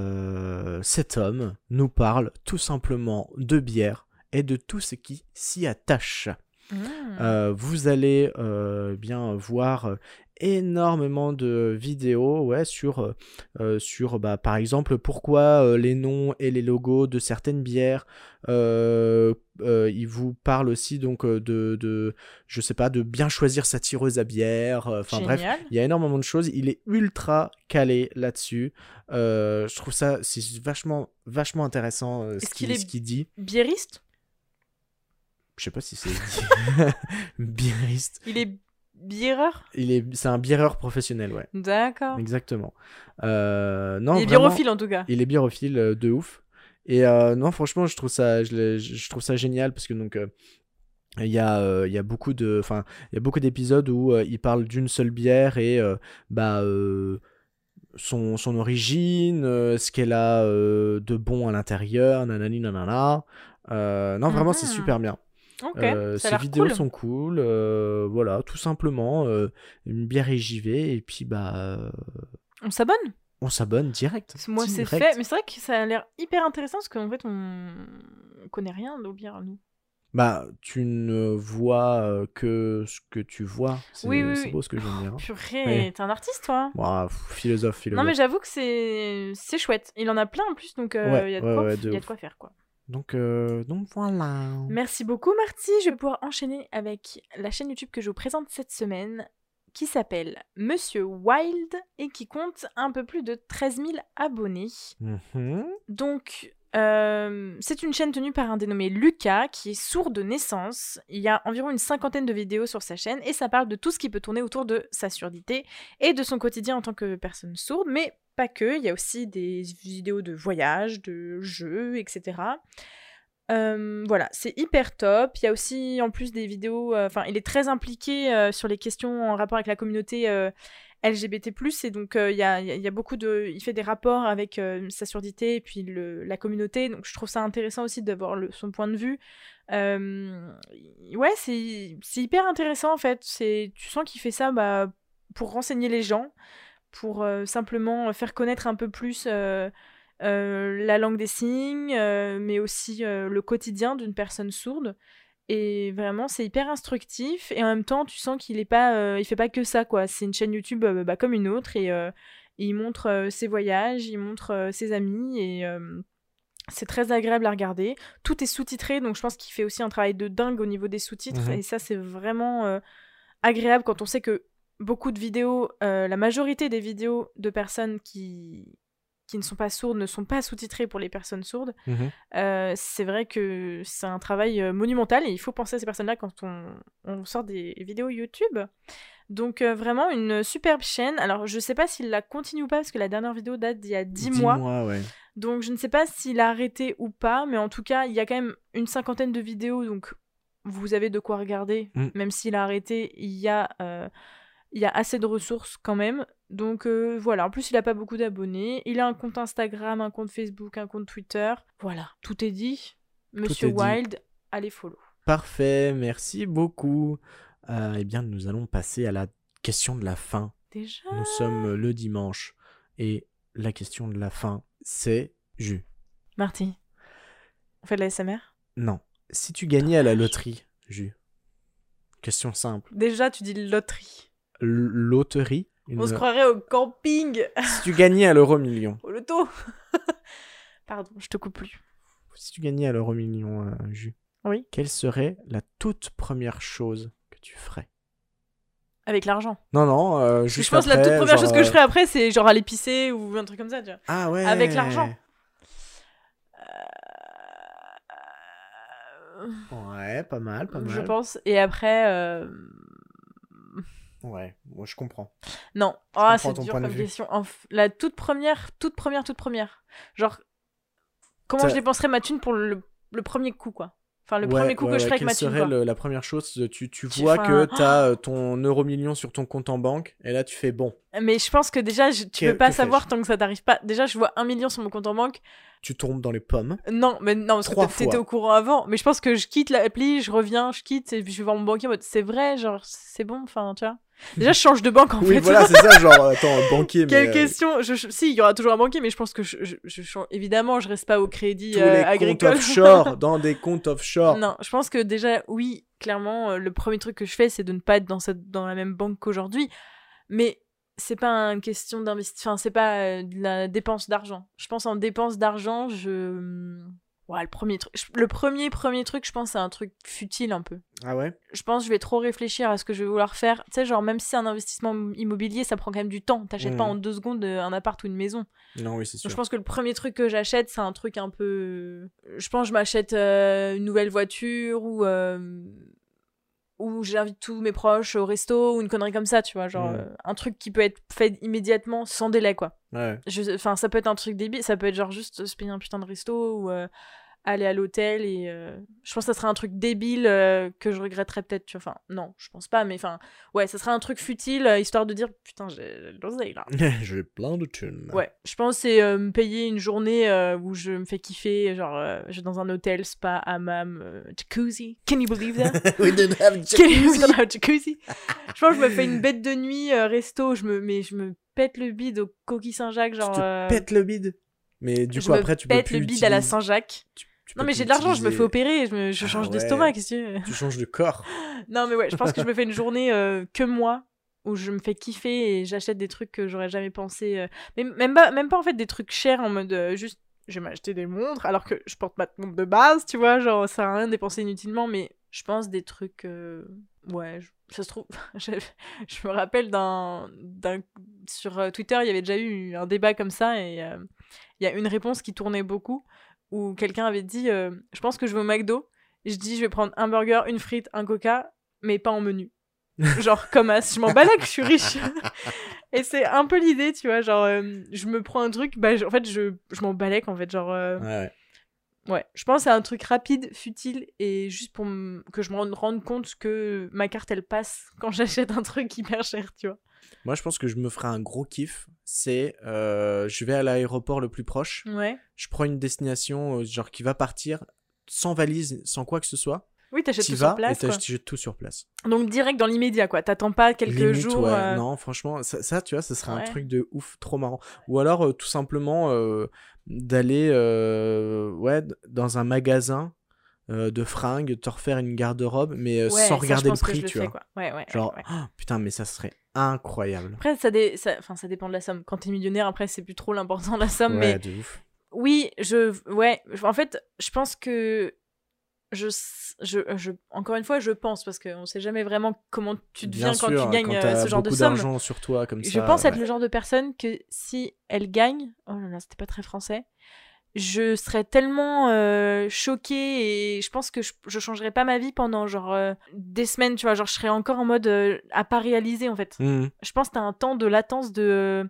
euh, cet homme nous parle tout simplement de bière et de tout ce qui s'y attache. Mmh. Euh, vous allez euh, bien voir euh, énormément de vidéos ouais, sur, euh, sur bah, par exemple pourquoi euh, les noms et les logos de certaines bières. Euh, euh, il vous parle aussi donc euh, de, de je sais pas de bien choisir sa tireuse à bière. Enfin bref, Génial. il y a énormément de choses. Il est ultra calé là-dessus. Euh, je trouve ça c'est vachement vachement intéressant euh, ce Est-ce qu'il qu'il est- ce qu'il dit. Biériste. Je sais pas si c'est biériste. Il est biéreur. Il est, c'est un biéreur professionnel, ouais. D'accord. Exactement. Euh, non, Il est vraiment, biérophile en tout cas. Il est biérophile euh, de ouf. Et euh, non, franchement, je trouve ça, je, l'ai- je trouve ça génial parce que donc euh, il y a, euh, il y a beaucoup de, enfin, il y a beaucoup d'épisodes où euh, il parle d'une seule bière et euh, bah euh, son, son origine, euh, ce qu'elle a euh, de bon à l'intérieur, nanani nanana. Euh, non, vraiment, c'est Mhm. super bien. Ok. Euh, ça a ces l'air vidéos cool. sont cool, euh, voilà, tout simplement, euh, une bière et j'y vais, et puis bah, euh, On s'abonne. on s'abonne direct. Moi, c'est direct. fait. Mais c'est vrai que ça a l'air hyper intéressant parce qu'en fait, on on connaît rien aux bières, nous. Bah, tu ne vois euh, que ce que tu vois. C'est, Oui, oui, c'est oui. beau ce que je viens de dire. hein. Purée, Oui. t'es un artiste, toi. Ouah, pff, philosophe, philosophe. Non, mais j'avoue que c'est c'est chouette. Il en a plein en plus, donc euh, il Ouais, y a de ouais, quoi, ouais, de il y a ouf. de quoi faire, quoi. Donc, euh, donc voilà. Merci beaucoup, Marty. Je vais pouvoir enchaîner avec la chaîne YouTube que je vous présente cette semaine, qui s'appelle Monsieur Wild et qui compte un peu plus de treize mille abonnés. Mhm. Donc, euh, c'est une chaîne tenue par un dénommé Lucas qui est sourd de naissance. Il y a environ une cinquantaine de vidéos sur sa chaîne et ça parle de tout ce qui peut tourner autour de sa surdité et de son quotidien en tant que personne sourde, mais pas que. Il y a aussi des vidéos de voyage, de jeux, et cetera. Euh, voilà, c'est hyper top. Il y a aussi en plus des vidéos, enfin, euh, il est très impliqué euh, sur les questions en rapport avec la communauté euh, L G B T plus, et donc euh, il y, a, il y a beaucoup de, il fait des rapports avec euh, sa surdité et puis le, la communauté, donc je trouve ça intéressant aussi d'avoir le, son point de vue. Euh, ouais, c'est, c'est hyper intéressant en fait. C'est, tu sens qu'il fait ça bah, pour renseigner les gens, pour euh, simplement faire connaître un peu plus euh, euh, la langue des signes, euh, mais aussi euh, le quotidien d'une personne sourde. Et vraiment, c'est hyper instructif. Et en même temps, tu sens qu'il est pas, euh, il fait pas que ça, quoi. C'est une chaîne YouTube euh, bah, comme une autre. Et euh, il montre euh, ses voyages, il montre euh, ses amis. Et euh, c'est très agréable à regarder. Tout est sous-titré, donc je pense qu'il fait aussi un travail de dingue au niveau des sous-titres. Mhm. Et ça, c'est vraiment euh, agréable quand on sait que beaucoup de vidéos, euh, la majorité des vidéos de personnes qui qui ne sont pas sourdes ne sont pas sous-titrées pour les personnes sourdes. Mhm. Euh, c'est vrai que c'est un travail euh, monumental et il faut penser à ces personnes-là quand on, on sort des vidéos YouTube. Donc euh, vraiment une superbe chaîne. Alors je sais pas s'il la continue ou pas parce que la dernière vidéo date d'il y a dix mois. mois, ouais. Donc je ne sais pas s'il a arrêté ou pas, mais en tout cas il y a quand même une cinquantaine de vidéos, donc vous avez de quoi regarder. Mm. Même s'il a arrêté, il y a... Euh, il y a assez de ressources quand même. Donc euh, voilà, en plus il a pas beaucoup d'abonnés. Il a un compte Instagram, un compte Facebook, un compte Twitter. Voilà, tout est dit. Monsieur est dit. Wild, allez follow. Parfait, merci beaucoup. Euh, eh bien, nous allons passer à la question de la fin. Déjà Nous sommes le dimanche et la question de la fin, c'est Jus. Marty, on fait de la S M R? Non. Si tu gagnais à la loterie, Jus. Question simple. Déjà tu dis loterie. L- loterie une... On se croirait au camping. Si tu gagnais à l'euro million. Au loto. Pardon, je te coupe plus. Si tu gagnais à l'euro million, euh, Jus. Oui. Quelle serait la toute première chose que tu ferais? Avec l'argent. Non, non, euh, Parce que juste je pense que après, la toute première genre, chose que je euh, ferais après, c'est genre aller pisser ou un truc comme ça, tu vois. Ah ouais. Avec l'argent. Euh... Ouais, pas mal, pas mal. Je pense. Et après... Euh... Ouais, moi je comprends. Non, Je ah, comprends c'est ton dur point de comme vue. question. En f- La toute première, toute première, toute première. Genre, comment Ça- je dépenserais ma thune pour le, le premier coup, quoi. Enfin, le Ouais, premier coup ouais, que je ouais, ferais avec quelle ma thune, serait quoi. le- la première chose? Tu, tu Tu vois fais que un- t'as euh, ton euro million sur ton compte en banque, et là tu fais bon. Mais je pense que déjà, je- tu Que- peux pas que savoir fais-je tant que ça t'arrive pas. Déjà, je vois un million sur mon compte en banque. Tu tombes dans les pommes. Non, mais non, parce que Trois t- t'étais fois. au courant avant. Mais je pense que je quitte l'appli, je reviens, je quitte, et puis je vais voir mon banquier en mode, c'est vrai, genre, c'est bon, enfin, tu vois. Déjà, je change de banque, en Oui, fait. voilà, c'est ça, genre, attends, banquier, Quelle mais... euh, question je, je- Si, il y aura toujours un banquier, mais je pense que je, je, je change. Évidemment, je reste pas au crédit tous euh, les agricole. comptes offshore, dans des comptes offshore. Non, je pense que déjà, oui, clairement, euh, le premier truc que je fais, c'est de ne pas être dans, cette, dans la même banque qu'aujourd'hui. Mais c'est pas une question d'investissement, enfin, c'est pas euh, de la dépense d'argent. Je pense en dépense d'argent, je... Ouais, le premier truc, je- le premier, premier truc, je pense, c'est un truc futile un peu. Ah ouais? Je pense que je vais trop réfléchir à ce que je vais vouloir faire. Tu sais, genre, même si c'est un investissement immobilier, ça prend quand même du temps. T'achètes Mhm. pas en deux secondes euh, un appart ou une maison. Non, oui, c'est Donc sûr. je pense que le premier truc que j'achète, c'est un truc un peu... Je pense que je m'achète euh, une nouvelle voiture ou... euh, ou j'invite tous mes proches au resto ou une connerie comme ça, tu vois. Genre Mm. euh, un truc qui peut être fait immédiatement, sans délai, quoi. Ouais. Je- Enfin, ça peut être un truc débile. Ça peut être genre juste se payer un putain de resto ou... euh, aller à l'hôtel et euh, je pense que ça serait un truc débile euh, que je regretterais peut-être, tu vois. Enfin, non, je pense pas, mais enfin, ouais, ça serait un truc futile, euh, histoire de dire, putain, j'ai de l'oseille, là. J'ai plein de thunes. Ouais, je pense que c'est euh, me payer une journée euh, où je me fais kiffer, genre, euh, je vais dans un hôtel, spa, hammam, euh, jacuzzi. Can you believe that? We don't have Can you jacuzzi. believe that, jacuzzi? Je pense que je me fais une bête de nuit, euh, resto, je me, mais je me pète le bide au coquille Saint-Jacques, Tu genre... te euh, pètes le bide. Mais du je coup, me après, tu peux pète plus le bide à la l'utiliser. Saint-Jacques. Tu- tu Non, peux mais plus j'ai de l'argent, je me l'utiliser. fais opérer, je, me, je Ah change ouais. d'estomac, qu'est-ce que tu veux? Tu changes de corps. Non, mais ouais, je pense que je me fais une journée euh, que moi, où je me fais kiffer et j'achète des trucs que j'aurais jamais pensé. euh, Mais même pas, même pas en fait des trucs chers en mode euh, juste, je vais m'acheter des montres alors que je porte ma montre de base, tu vois, genre ça sert à rien de dépenser inutilement, mais je pense des trucs. euh, Ouais, je- ça se trouve, je, je me rappelle d'un, d'un sur euh, Twitter, il y avait déjà eu un débat comme ça et euh, il y a une réponse qui tournait beaucoup où quelqu'un avait dit euh, je pense que je vais au McDo, et je dis je vais prendre un burger, une frite, un coca, mais pas en menu. Genre comme as, je m'en balèque, je suis riche. Et c'est un peu l'idée, tu vois, genre euh, je me prends un truc, bah en fait je, je m'en balèque en fait, genre euh, Ouais, ouais. ouais, je pense que c'est un truc rapide, futile, et juste pour m- que je me rende rende compte que ma carte, elle passe quand j'achète un truc hyper cher, tu vois. Moi, je pense que je me ferai un gros kiff. C'est, euh, je vais à l'aéroport le plus proche. Ouais. Je prends une destination, euh, genre qui va partir sans valise, sans quoi que ce soit. Oui, t'achètes T'y tout vas sur place, et quoi. t'achètes tout sur place. Donc direct dans l'immédiat, quoi. T'attends pas quelques Limite, jours. ouais. euh, Non, franchement, ça, ça, tu vois, ça serait Ouais. un truc de ouf, trop marrant. Ou alors, euh, tout simplement, euh, d'aller euh, ouais, d- dans un magasin euh, de fringues, te refaire une garde-robe, mais euh, ouais, sans ça, regarder je le pense que prix, je le tu fais, vois. quoi. Ouais, ouais. Genre, ouais, ouais. oh, putain, mais ça serait incroyable. Après, ça, dé... ça... Enfin, ça dépend de la somme. Quand t'es millionnaire, après, c'est plus trop l'important de la somme. Ouais, Mais de ouf. oui, je. Ouais. En fait, je pense que. Je, je, je, encore une fois, je pense, parce qu'on sait jamais vraiment comment tu deviens Bien quand sûr, tu gagnes quand euh, t'as ce genre de beaucoup somme. d'argent sur toi comme Je ça. pense être ouais. le genre de personne que si elle gagne, oh là là, c'était pas très français, je serais tellement euh, choquée et je pense que je, je changerais pas ma vie pendant genre euh, des semaines, tu vois, genre je serais encore en mode euh, à pas réaliser en fait. Mhm. Je pense que t'as un temps de latence de,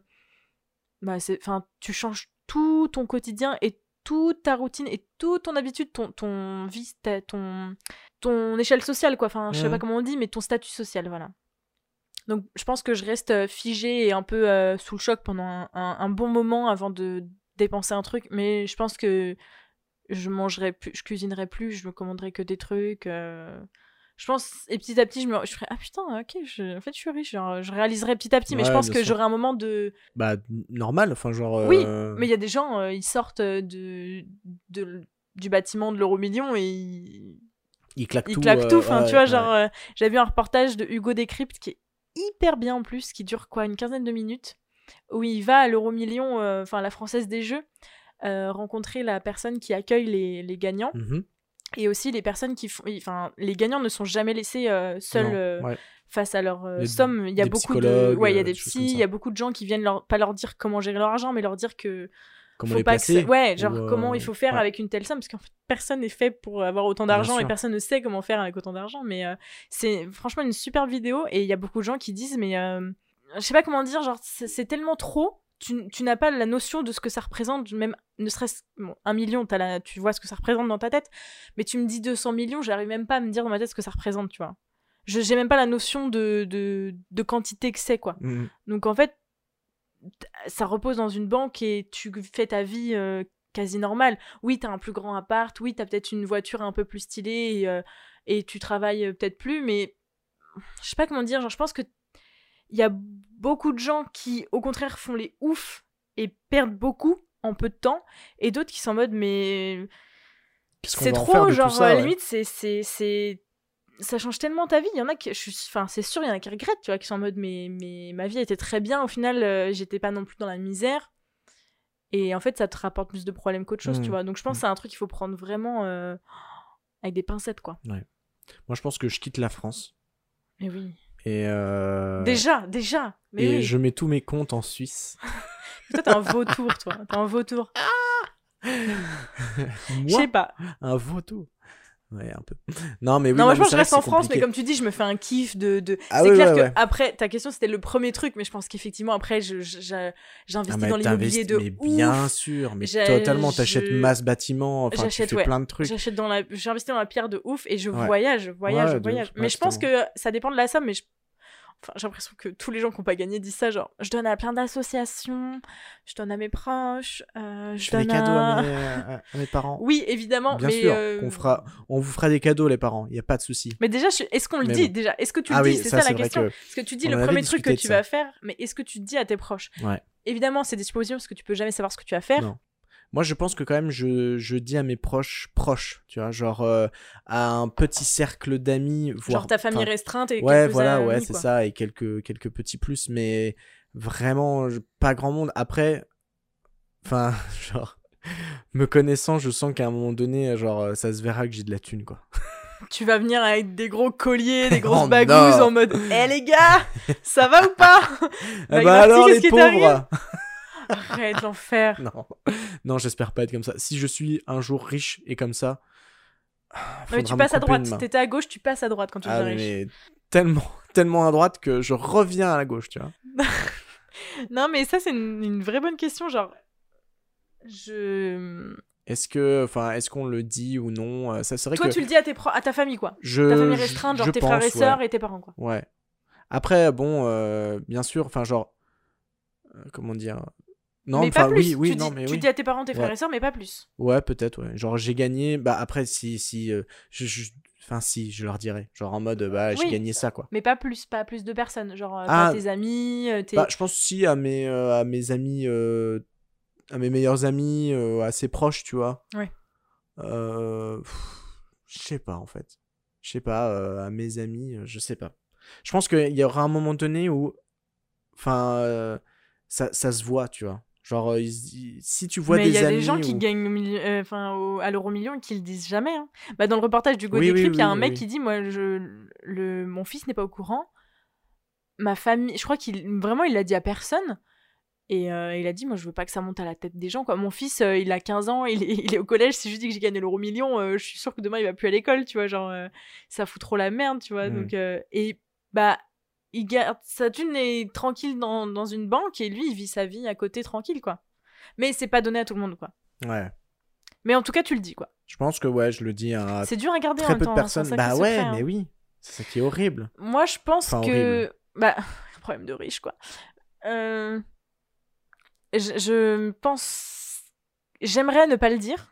bah c'est, enfin tu changes tout ton quotidien et toute ta routine et toute ton habitude, ton, ton vie, ta- ton, ton échelle sociale quoi, enfin je sais Mhm. pas comment on dit, mais ton statut social, voilà. Donc je pense que je reste euh, figée et un peu euh, sous le choc pendant un, un- un bon moment avant de dépenser un truc, mais je pense que je mangerai plus, je cuisinerai plus, je me commanderai que des trucs. euh, Je pense, et petit à petit, je me je ferai ah putain, ok, je... en fait je suis riche, genre, je réaliserai petit à petit, mais je Ouais, pense bien que sûr. j'aurai un moment de. Bah, n- normal, enfin, genre. Oui, euh, mais il y a des gens, euh, ils sortent euh, de, de, du bâtiment de l'euro million et ils, Il claque ils tout. claquent tout. euh, Enfin, ouais, tu vois, ouais. genre, euh, j'avais vu un reportage de Hugo Décrypte qui est hyper bien en plus, qui dure quoi, une quinzaine de minutes, où il va à l'euro million, euh, enfin, la Française des Jeux, euh, rencontrer la personne qui accueille les, les gagnants. Mhm. Et aussi les personnes qui font. Enfin, les gagnants ne sont jamais laissés euh, seuls Non, euh, ouais. face à leur euh, Il y a somme. Il y a des beaucoup de. psychologues, Ouais, il y a euh, des des choses psys, comme ça. il y a beaucoup de gens qui viennent leur... pas leur dire comment gérer leur argent, mais leur dire que. Comment faut les pas placer que ça- Ouais, genre ou, euh, comment il faut faire ouais. avec une telle somme, parce qu'en fait, personne n'est fait pour avoir autant Bien d'argent et sûr. personne ne sait comment faire avec autant d'argent. Mais euh, c'est franchement une super vidéo et il y a beaucoup de gens qui disent, mais euh, je sais pas comment dire, genre c'est c'est tellement trop. Tu, tu n'as pas la notion de ce que ça représente, même ne serait-ce bon, un million, t'as la, tu vois ce que ça représente dans ta tête, mais tu me dis deux cents millions, j'arrive même pas à me dire dans ma tête ce que ça représente, tu vois. Je j'ai même pas la notion de, de, de quantité que c'est, quoi. Mhm. Donc en fait, t- ça repose dans une banque et tu fais ta vie euh, quasi normale. Oui, t'as un plus grand appart, oui, t'as peut-être une voiture un peu plus stylée et, euh, et tu travailles euh, peut-être plus, mais je sais pas comment dire, genre je pense que il y a beaucoup de gens qui, au contraire, font les oufs et perdent beaucoup en peu de temps, et d'autres qui sont en mode, mais Qu'est-ce qu'on c'est va en trop, faire de tout genre, ça, à la ouais. limite, c'est, c'est, c'est... ça change tellement ta vie. Il y en a qui, je suis... enfin, c'est sûr, il y en a qui regrettent, tu vois, qui sont en mode, mais, mais ma vie était très bien, au final, euh, j'étais pas non plus dans la misère. Et en fait, ça te rapporte plus de problèmes qu'autre chose, Mmh. tu vois. Donc je pense Mmh. que c'est un truc qu'il faut prendre vraiment euh, avec des pincettes, quoi. Moi, je pense que je quitte la France. Mais oui. Et, euh, Déjà, déjà. Mais et oui. je mets tous mes comptes en Suisse. Toi, t'es un vautour, toi. T'es un vautour. Je Moi, sais pas. un vautour. Ouais, un peu. Non, mais oui, non, moi mais je pense que c'est je vrai reste en c'est France, mais compliqué. comme tu dis, je me fais un kiff de. de... Ah c'est oui, clair ouais, que ouais. après, ta question c'était le premier truc, mais je pense qu'effectivement après, je, je- je- j'investis Ah, mais dans l'immobilier t'investis- de mais ouf. bien sûr, mais J'ai- totalement, t'achètes je- masse bâtiment, enfin tu J'achète, fais ouais. plein de trucs. J'achète dans la, j'investis dans la pierre de ouf et je Ouais. voyage, je voyage, Ouais, je de voyage. ouf. Mais Ouais, je pense totalement. que ça dépend de la somme, mais je... Enfin, j'ai l'impression que tous les gens qui n'ont pas gagné disent ça, genre, je donne à plein d'associations, je donne à mes proches, euh, je, Je fais des donne cadeaux à... à mes, à- à mes parents. Oui, évidemment, Bien mais... sûr, euh, qu'on fera, on vous fera des cadeaux les parents, il y a pas de souci. Mais déjà, je- est-ce qu'on le Mais dit bon. déjà? Est-ce que tu Ah le oui, dis? C'est ça, ça, c'est la vrai question. que Parce que tu dis on le en avait premier truc que discuté de tu ça. vas faire, mais est-ce que tu dis à tes proches? Ouais. Évidemment, c'est des suppositions parce que tu peux jamais savoir ce que tu vas faire. Non. Moi, je pense que quand même, je, je dis à mes proches, proches, tu vois, genre euh, à un petit cercle d'amis, voire Genre ta famille enfin, restreinte et ouais, quelques voilà, amis, ouais, c'est quoi. ça, et quelques, quelques petits plus, mais vraiment je- pas grand monde. Après, enfin, genre, me connaissant, je sens qu'à un moment donné, genre, ça se verra que j'ai de la thune, quoi. Tu vas venir avec des gros colliers, des grosses Oh, bagouses non. en mode « Eh les gars, ça va ou pas ?» Ah Mike bah Marty, alors qu'est-ce les qui t'arrive pauvres. Arrête l'enfer. Non, non, j'espère pas être comme ça. Si je suis un jour riche et comme ça, Non, mais faudra tu me passes à couper droite. une Si main. t'étais à gauche, tu passes à droite quand tu Ah, deviens riche. mais tellement, tellement à droite que je reviens à la gauche, tu vois. Non, mais ça, c'est une, une vraie bonne question. Genre, je. Est-ce que, enfin, est-ce qu'on le dit ou non? Euh, Ça, c'est vrai Toi, que tu le dis à, tes pro- à ta famille, quoi. je, Ta famille restreinte, genre je tes pense, frères et sœurs ouais. et tes parents, quoi. Ouais. Après, bon, euh, bien sûr, enfin, genre, euh, comment dire? Non, mais enfin, pas plus. oui, oui, tu non, dis, mais tu oui. dis à tes parents, tes frères Ouais. et sœurs, mais pas plus. Ouais, peut-être, ouais. Genre, j'ai gagné. Bah, après, si, si, euh, je, je- enfin, si, je leur dirais. Genre, en mode, bah, j'ai Oui. gagné ça, quoi. Mais pas plus, pas plus de personnes. Genre, euh, Ah. pas tes amis, euh, tes. Bah, je pense aussi à mes, euh, à mes amis, euh, à mes meilleurs amis, euh, assez proches, tu vois. Ouais. Euh, pff, je sais pas, en fait. Je sais pas, euh, à mes amis, euh, je sais pas. Je pense qu'il y aura un moment donné où, enfin, euh, ça, ça se voit, tu vois. Genre, euh, ils- ils- si tu vois mais il des y a amis des gens qui ou- gagnent au milli- euh, enfin, au- à l'euro million et qui le disent jamais. Hein. Bah, dans le reportage du Go Oui, oui, Décrypte, il y a oui, un mec oui. qui dit moi, je, le, mon fils n'est pas au courant. Ma famille, je crois qu'il vraiment, il l'a dit à personne. Et euh, il a dit moi, je veux pas que ça monte à la tête des gens. Quoi. Mon fils, euh, il a quinze ans, il est, il est au collège. Si je lui dis que j'ai gagné l'euro million, euh, je suis sûre que demain, il va plus à l'école. Tu vois, genre, euh, ça fout trop la merde, tu vois. Mm. Donc, euh, et bah. Il garde sa thune est tranquille dans, dans une banque et lui il vit sa vie à côté tranquille quoi. Mais c'est pas donné à tout le monde quoi. Ouais. Mais en tout cas tu le dis quoi. Je pense que, ouais, je le dis à C'est dur à garder en très même peu temps. de hein, c'est un personnes. sacré Bah ouais, secret, hein. mais oui. C'est ça qui est horrible. Moi je pense Enfin, que horrible. bah problème de riche quoi. Euh... Je, je pense j'aimerais ne pas le dire.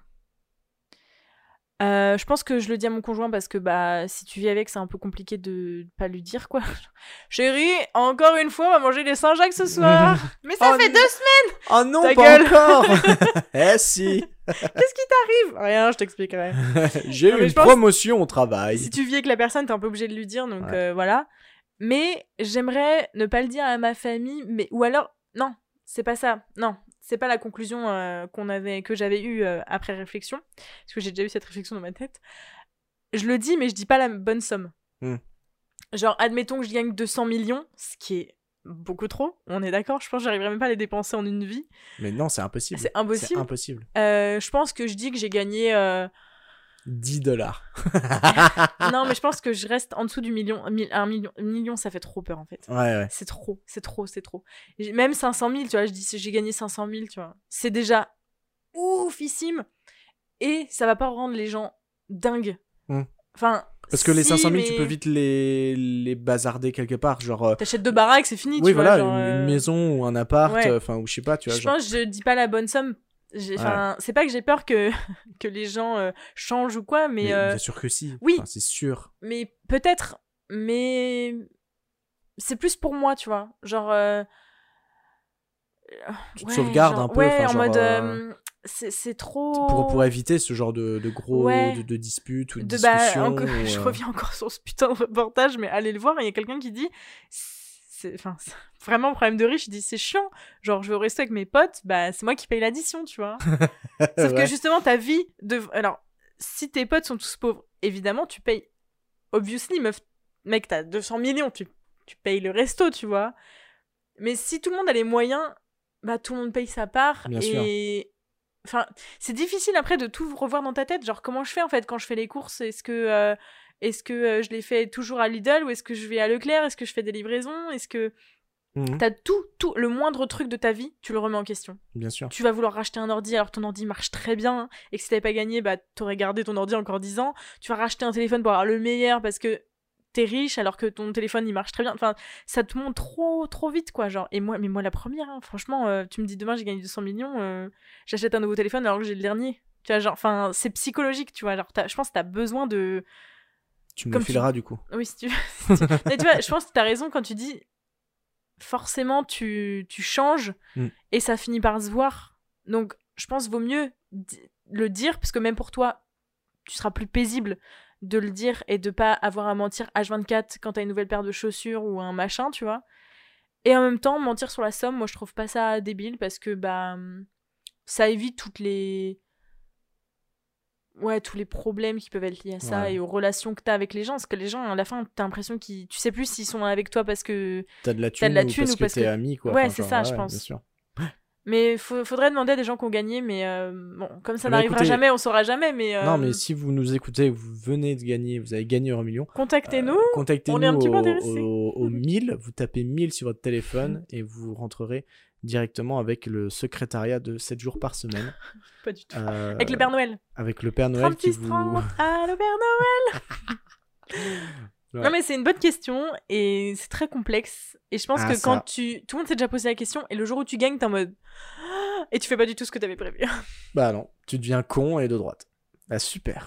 Euh, je pense que je le dis à mon conjoint parce que bah si tu vis avec c'est un peu compliqué de pas lui dire quoi. Chérie, encore une fois on va manger des Saint-Jacques ce soir. Mais ça Oh fait non. deux semaines. Oh non, Ta pas gueule. encore. Eh si. Qu'est-ce qui t'arrive? Rien, je t'expliquerai. J'ai Non, eu mais une je pense- promotion au travail. Si tu vis avec la personne, t'es un peu obligé de lui dire, donc Ouais. euh, voilà. Mais j'aimerais ne pas le dire à ma famille, mais ou alors non, c'est pas ça. Non, c'est pas la conclusion euh, qu'on avait, que j'avais eue euh, après réflexion, parce que j'ai déjà eu cette réflexion dans ma tête. Je le dis, mais je dis pas la bonne somme. Hmm. Genre, admettons que je gagne deux cents millions, ce qui est beaucoup trop. On est d'accord. Je pense que j'arriverai même pas à les dépenser en une vie. Mais non, c'est impossible. C'est impossible. C'est impossible. Euh, je pense que je dis que j'ai gagné. euh, dix dollars. Non, mais je pense que je reste en dessous du million. Mi- Un million, un million, ça fait trop peur en fait. Ouais, ouais. C'est trop, c'est trop, c'est trop. J'ai- Même cinq cent mille, tu vois, je dis j'ai gagné cinq cent mille, tu vois. C'est déjà oufissime. Et ça va pas rendre les gens dingues. Hmm. Enfin. Parce que les si, cinq cent mille, mais tu peux vite les, les bazarder quelque part. Genre, euh, T'achètes deux baraques, c'est fini, oui, tu vois. voilà, genre, une, une euh, maison ou un appart, ouais. enfin, ou je sais pas, tu vois. Je genre- pense que je dis pas la bonne somme. J'ai- 'fin, c'est pas que j'ai peur que, que les gens euh, changent ou quoi, mais, Mais euh, bien sûr que si. oui. Enfin, c'est sûr. mais peut-être, mais c'est plus pour moi, tu vois. Genre. euh, Tu te ouais, sauvegardes genre- un peu. Ouais, enfin, en genre, mode. euh, euh, c'est c'est trop. pour, pour éviter ce genre de, de gros Ouais. de, de disputes ou de, de bah, discussions. encore- ou, je euh, reviens encore sur ce putain de reportage, mais allez le voir, il y a quelqu'un qui dit, c'est, enfin, c'est vraiment un problème de riche, il dit c'est chiant, genre je vais au resto avec mes potes, bah c'est moi qui paye l'addition, tu vois. Sauf que ouais. justement ta vie, de... alors si tes potes sont tous pauvres, évidemment tu payes, obviously meuf, mec t'as deux cents millions, tu, tu payes le resto, tu vois. Mais si tout le monde a les moyens, bah tout le monde paye sa part. Bien et enfin c'est difficile après de tout revoir dans ta tête, genre comment je fais en fait quand je fais les courses, est-ce que euh, est-ce que euh, je les fais toujours à Lidl ou est-ce que je vais à Leclerc, est-ce que je fais des livraisons, est-ce que Mhm, t'as tout tout le moindre truc de ta vie tu le remets en question. bien sûr. Tu vas vouloir racheter un ordi alors que ton ordi marche très bien et que si t'avais pas gagné bah t'aurais gardé ton ordi encore dix ans. Tu vas racheter un téléphone pour avoir le meilleur parce que t'es riche alors que ton téléphone il marche très bien. Enfin, ça te monte trop trop vite quoi, genre. Et moi, mais moi la première, hein, franchement, euh, tu me dis demain j'ai gagné deux cents millions, euh, j'achète un nouveau téléphone alors que j'ai le dernier. Tu vois, genre, enfin, c'est psychologique, tu vois. Genre, t'as- je pense que t'as besoin de. Tu me Comme le tu- fileras du coup. Oui, si tu. si tu- Mais tu vois, je pense que t'as raison quand tu dis. Forcément, tu, tu changes Mm. et ça finit par se voir. Donc, je pense vaut mieux di- le dire parce que même pour toi, tu seras plus paisible de le dire et de pas avoir à mentir H vingt-quatre quand t'as une nouvelle paire de chaussures ou un machin, tu vois. Et en même temps, mentir sur la somme, moi je trouve pas ça débile parce que bah ça évite toutes les ouais, tous les problèmes qui peuvent être liés à ça Ouais. et aux relations que t'as avec les gens. Parce que les gens, à la fin, t'as l'impression qu'ils... Tu sais plus s'ils sont avec toi parce que... T'as de la thune, de la ou thune parce ou que parce t'es que- ami, quoi. Ouais, Enfin, c'est genre, ça, je ouais, pense. Bien sûr. Mais faut- faudrait demander à des gens qu'on gagnait, mais euh, bon, comme ça Ah bah n'arrivera écoutez- jamais, on saura jamais, mais... euh, Non, mais si vous nous écoutez, vous venez de gagner, vous avez gagné un million, Contactez-nous. euh, contactez-nous on est un petit peu au, intéressés. au, au mille, vous tapez mille sur votre téléphone et vous rentrerez directement avec le secrétariat de sept jours par semaine. Pas du tout. euh, Avec le Père Noël. Avec le Père Noël qui trente-six vous... trente. Ah, le Père Noël. Ouais. Non, mais c'est une bonne question et c'est très complexe. Et je pense Ah, que ça. quand tu. Tout le monde s'est déjà posé la question et le jour où tu gagnes, t'es en mode. Et tu fais pas du tout ce que t'avais prévu. Bah non, tu deviens con et de droite. Bah super.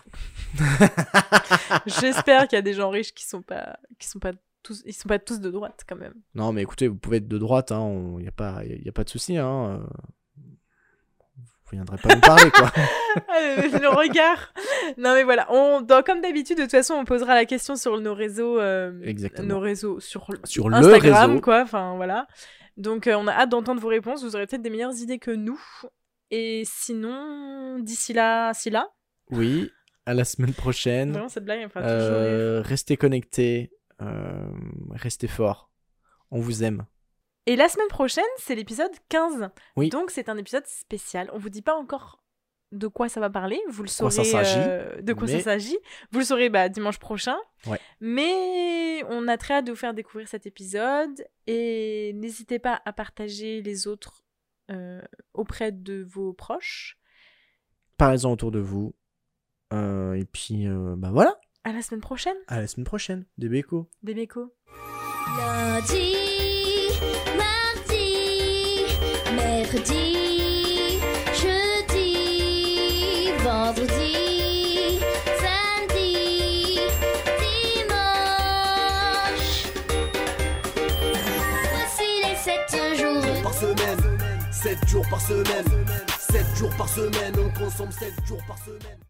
J'espère qu'il y a des gens riches qui sont pas. Qui sont pas tous. Ils sont pas tous de droite quand même. Non, mais écoutez, vous pouvez être de droite, il hein, n'y a, pas- y a pas de souci. Hein, euh, vous viendrez pas nous parler, quoi. Ah, le, le regard. Non mais voilà, on, dans, comme d'habitude, de toute façon, on posera la question sur nos réseaux, euh, Exactement. nos réseaux sur, Sur le Instagram, réseau. quoi. Enfin voilà. Donc euh, on a hâte d'entendre vos réponses. Vous aurez peut-être des meilleures idées que nous. Et sinon, d'ici là, si là, Oui, à la semaine prochaine. vraiment cette blague, elle me fera toujours rire. Euh, restez connectés, euh, restez forts. On vous aime. Et la semaine prochaine, c'est l'épisode quinze. Oui. Donc c'est un épisode spécial. On vous dit pas encore de quoi ça va parler. Vous le Quoi ça saurez. s'agit, euh, de quoi mais- ça s'agit. Vous le saurez bah, dimanche prochain. Ouais. Mais on a très hâte de vous faire découvrir cet épisode. Et n'hésitez pas à partager les autres euh, auprès de vos proches. Parlez-en autour de vous. Euh, et puis, euh, bah voilà. À la semaine prochaine, À la semaine prochaine. Des bécos. des bécos. Lundi, mardi, mercredi, jeudi, vendredi, samedi, dimanche. Voici les sept jours. Par semaine, sept jours par semaine, sept jours par semaine, on consomme sept jours par semaine.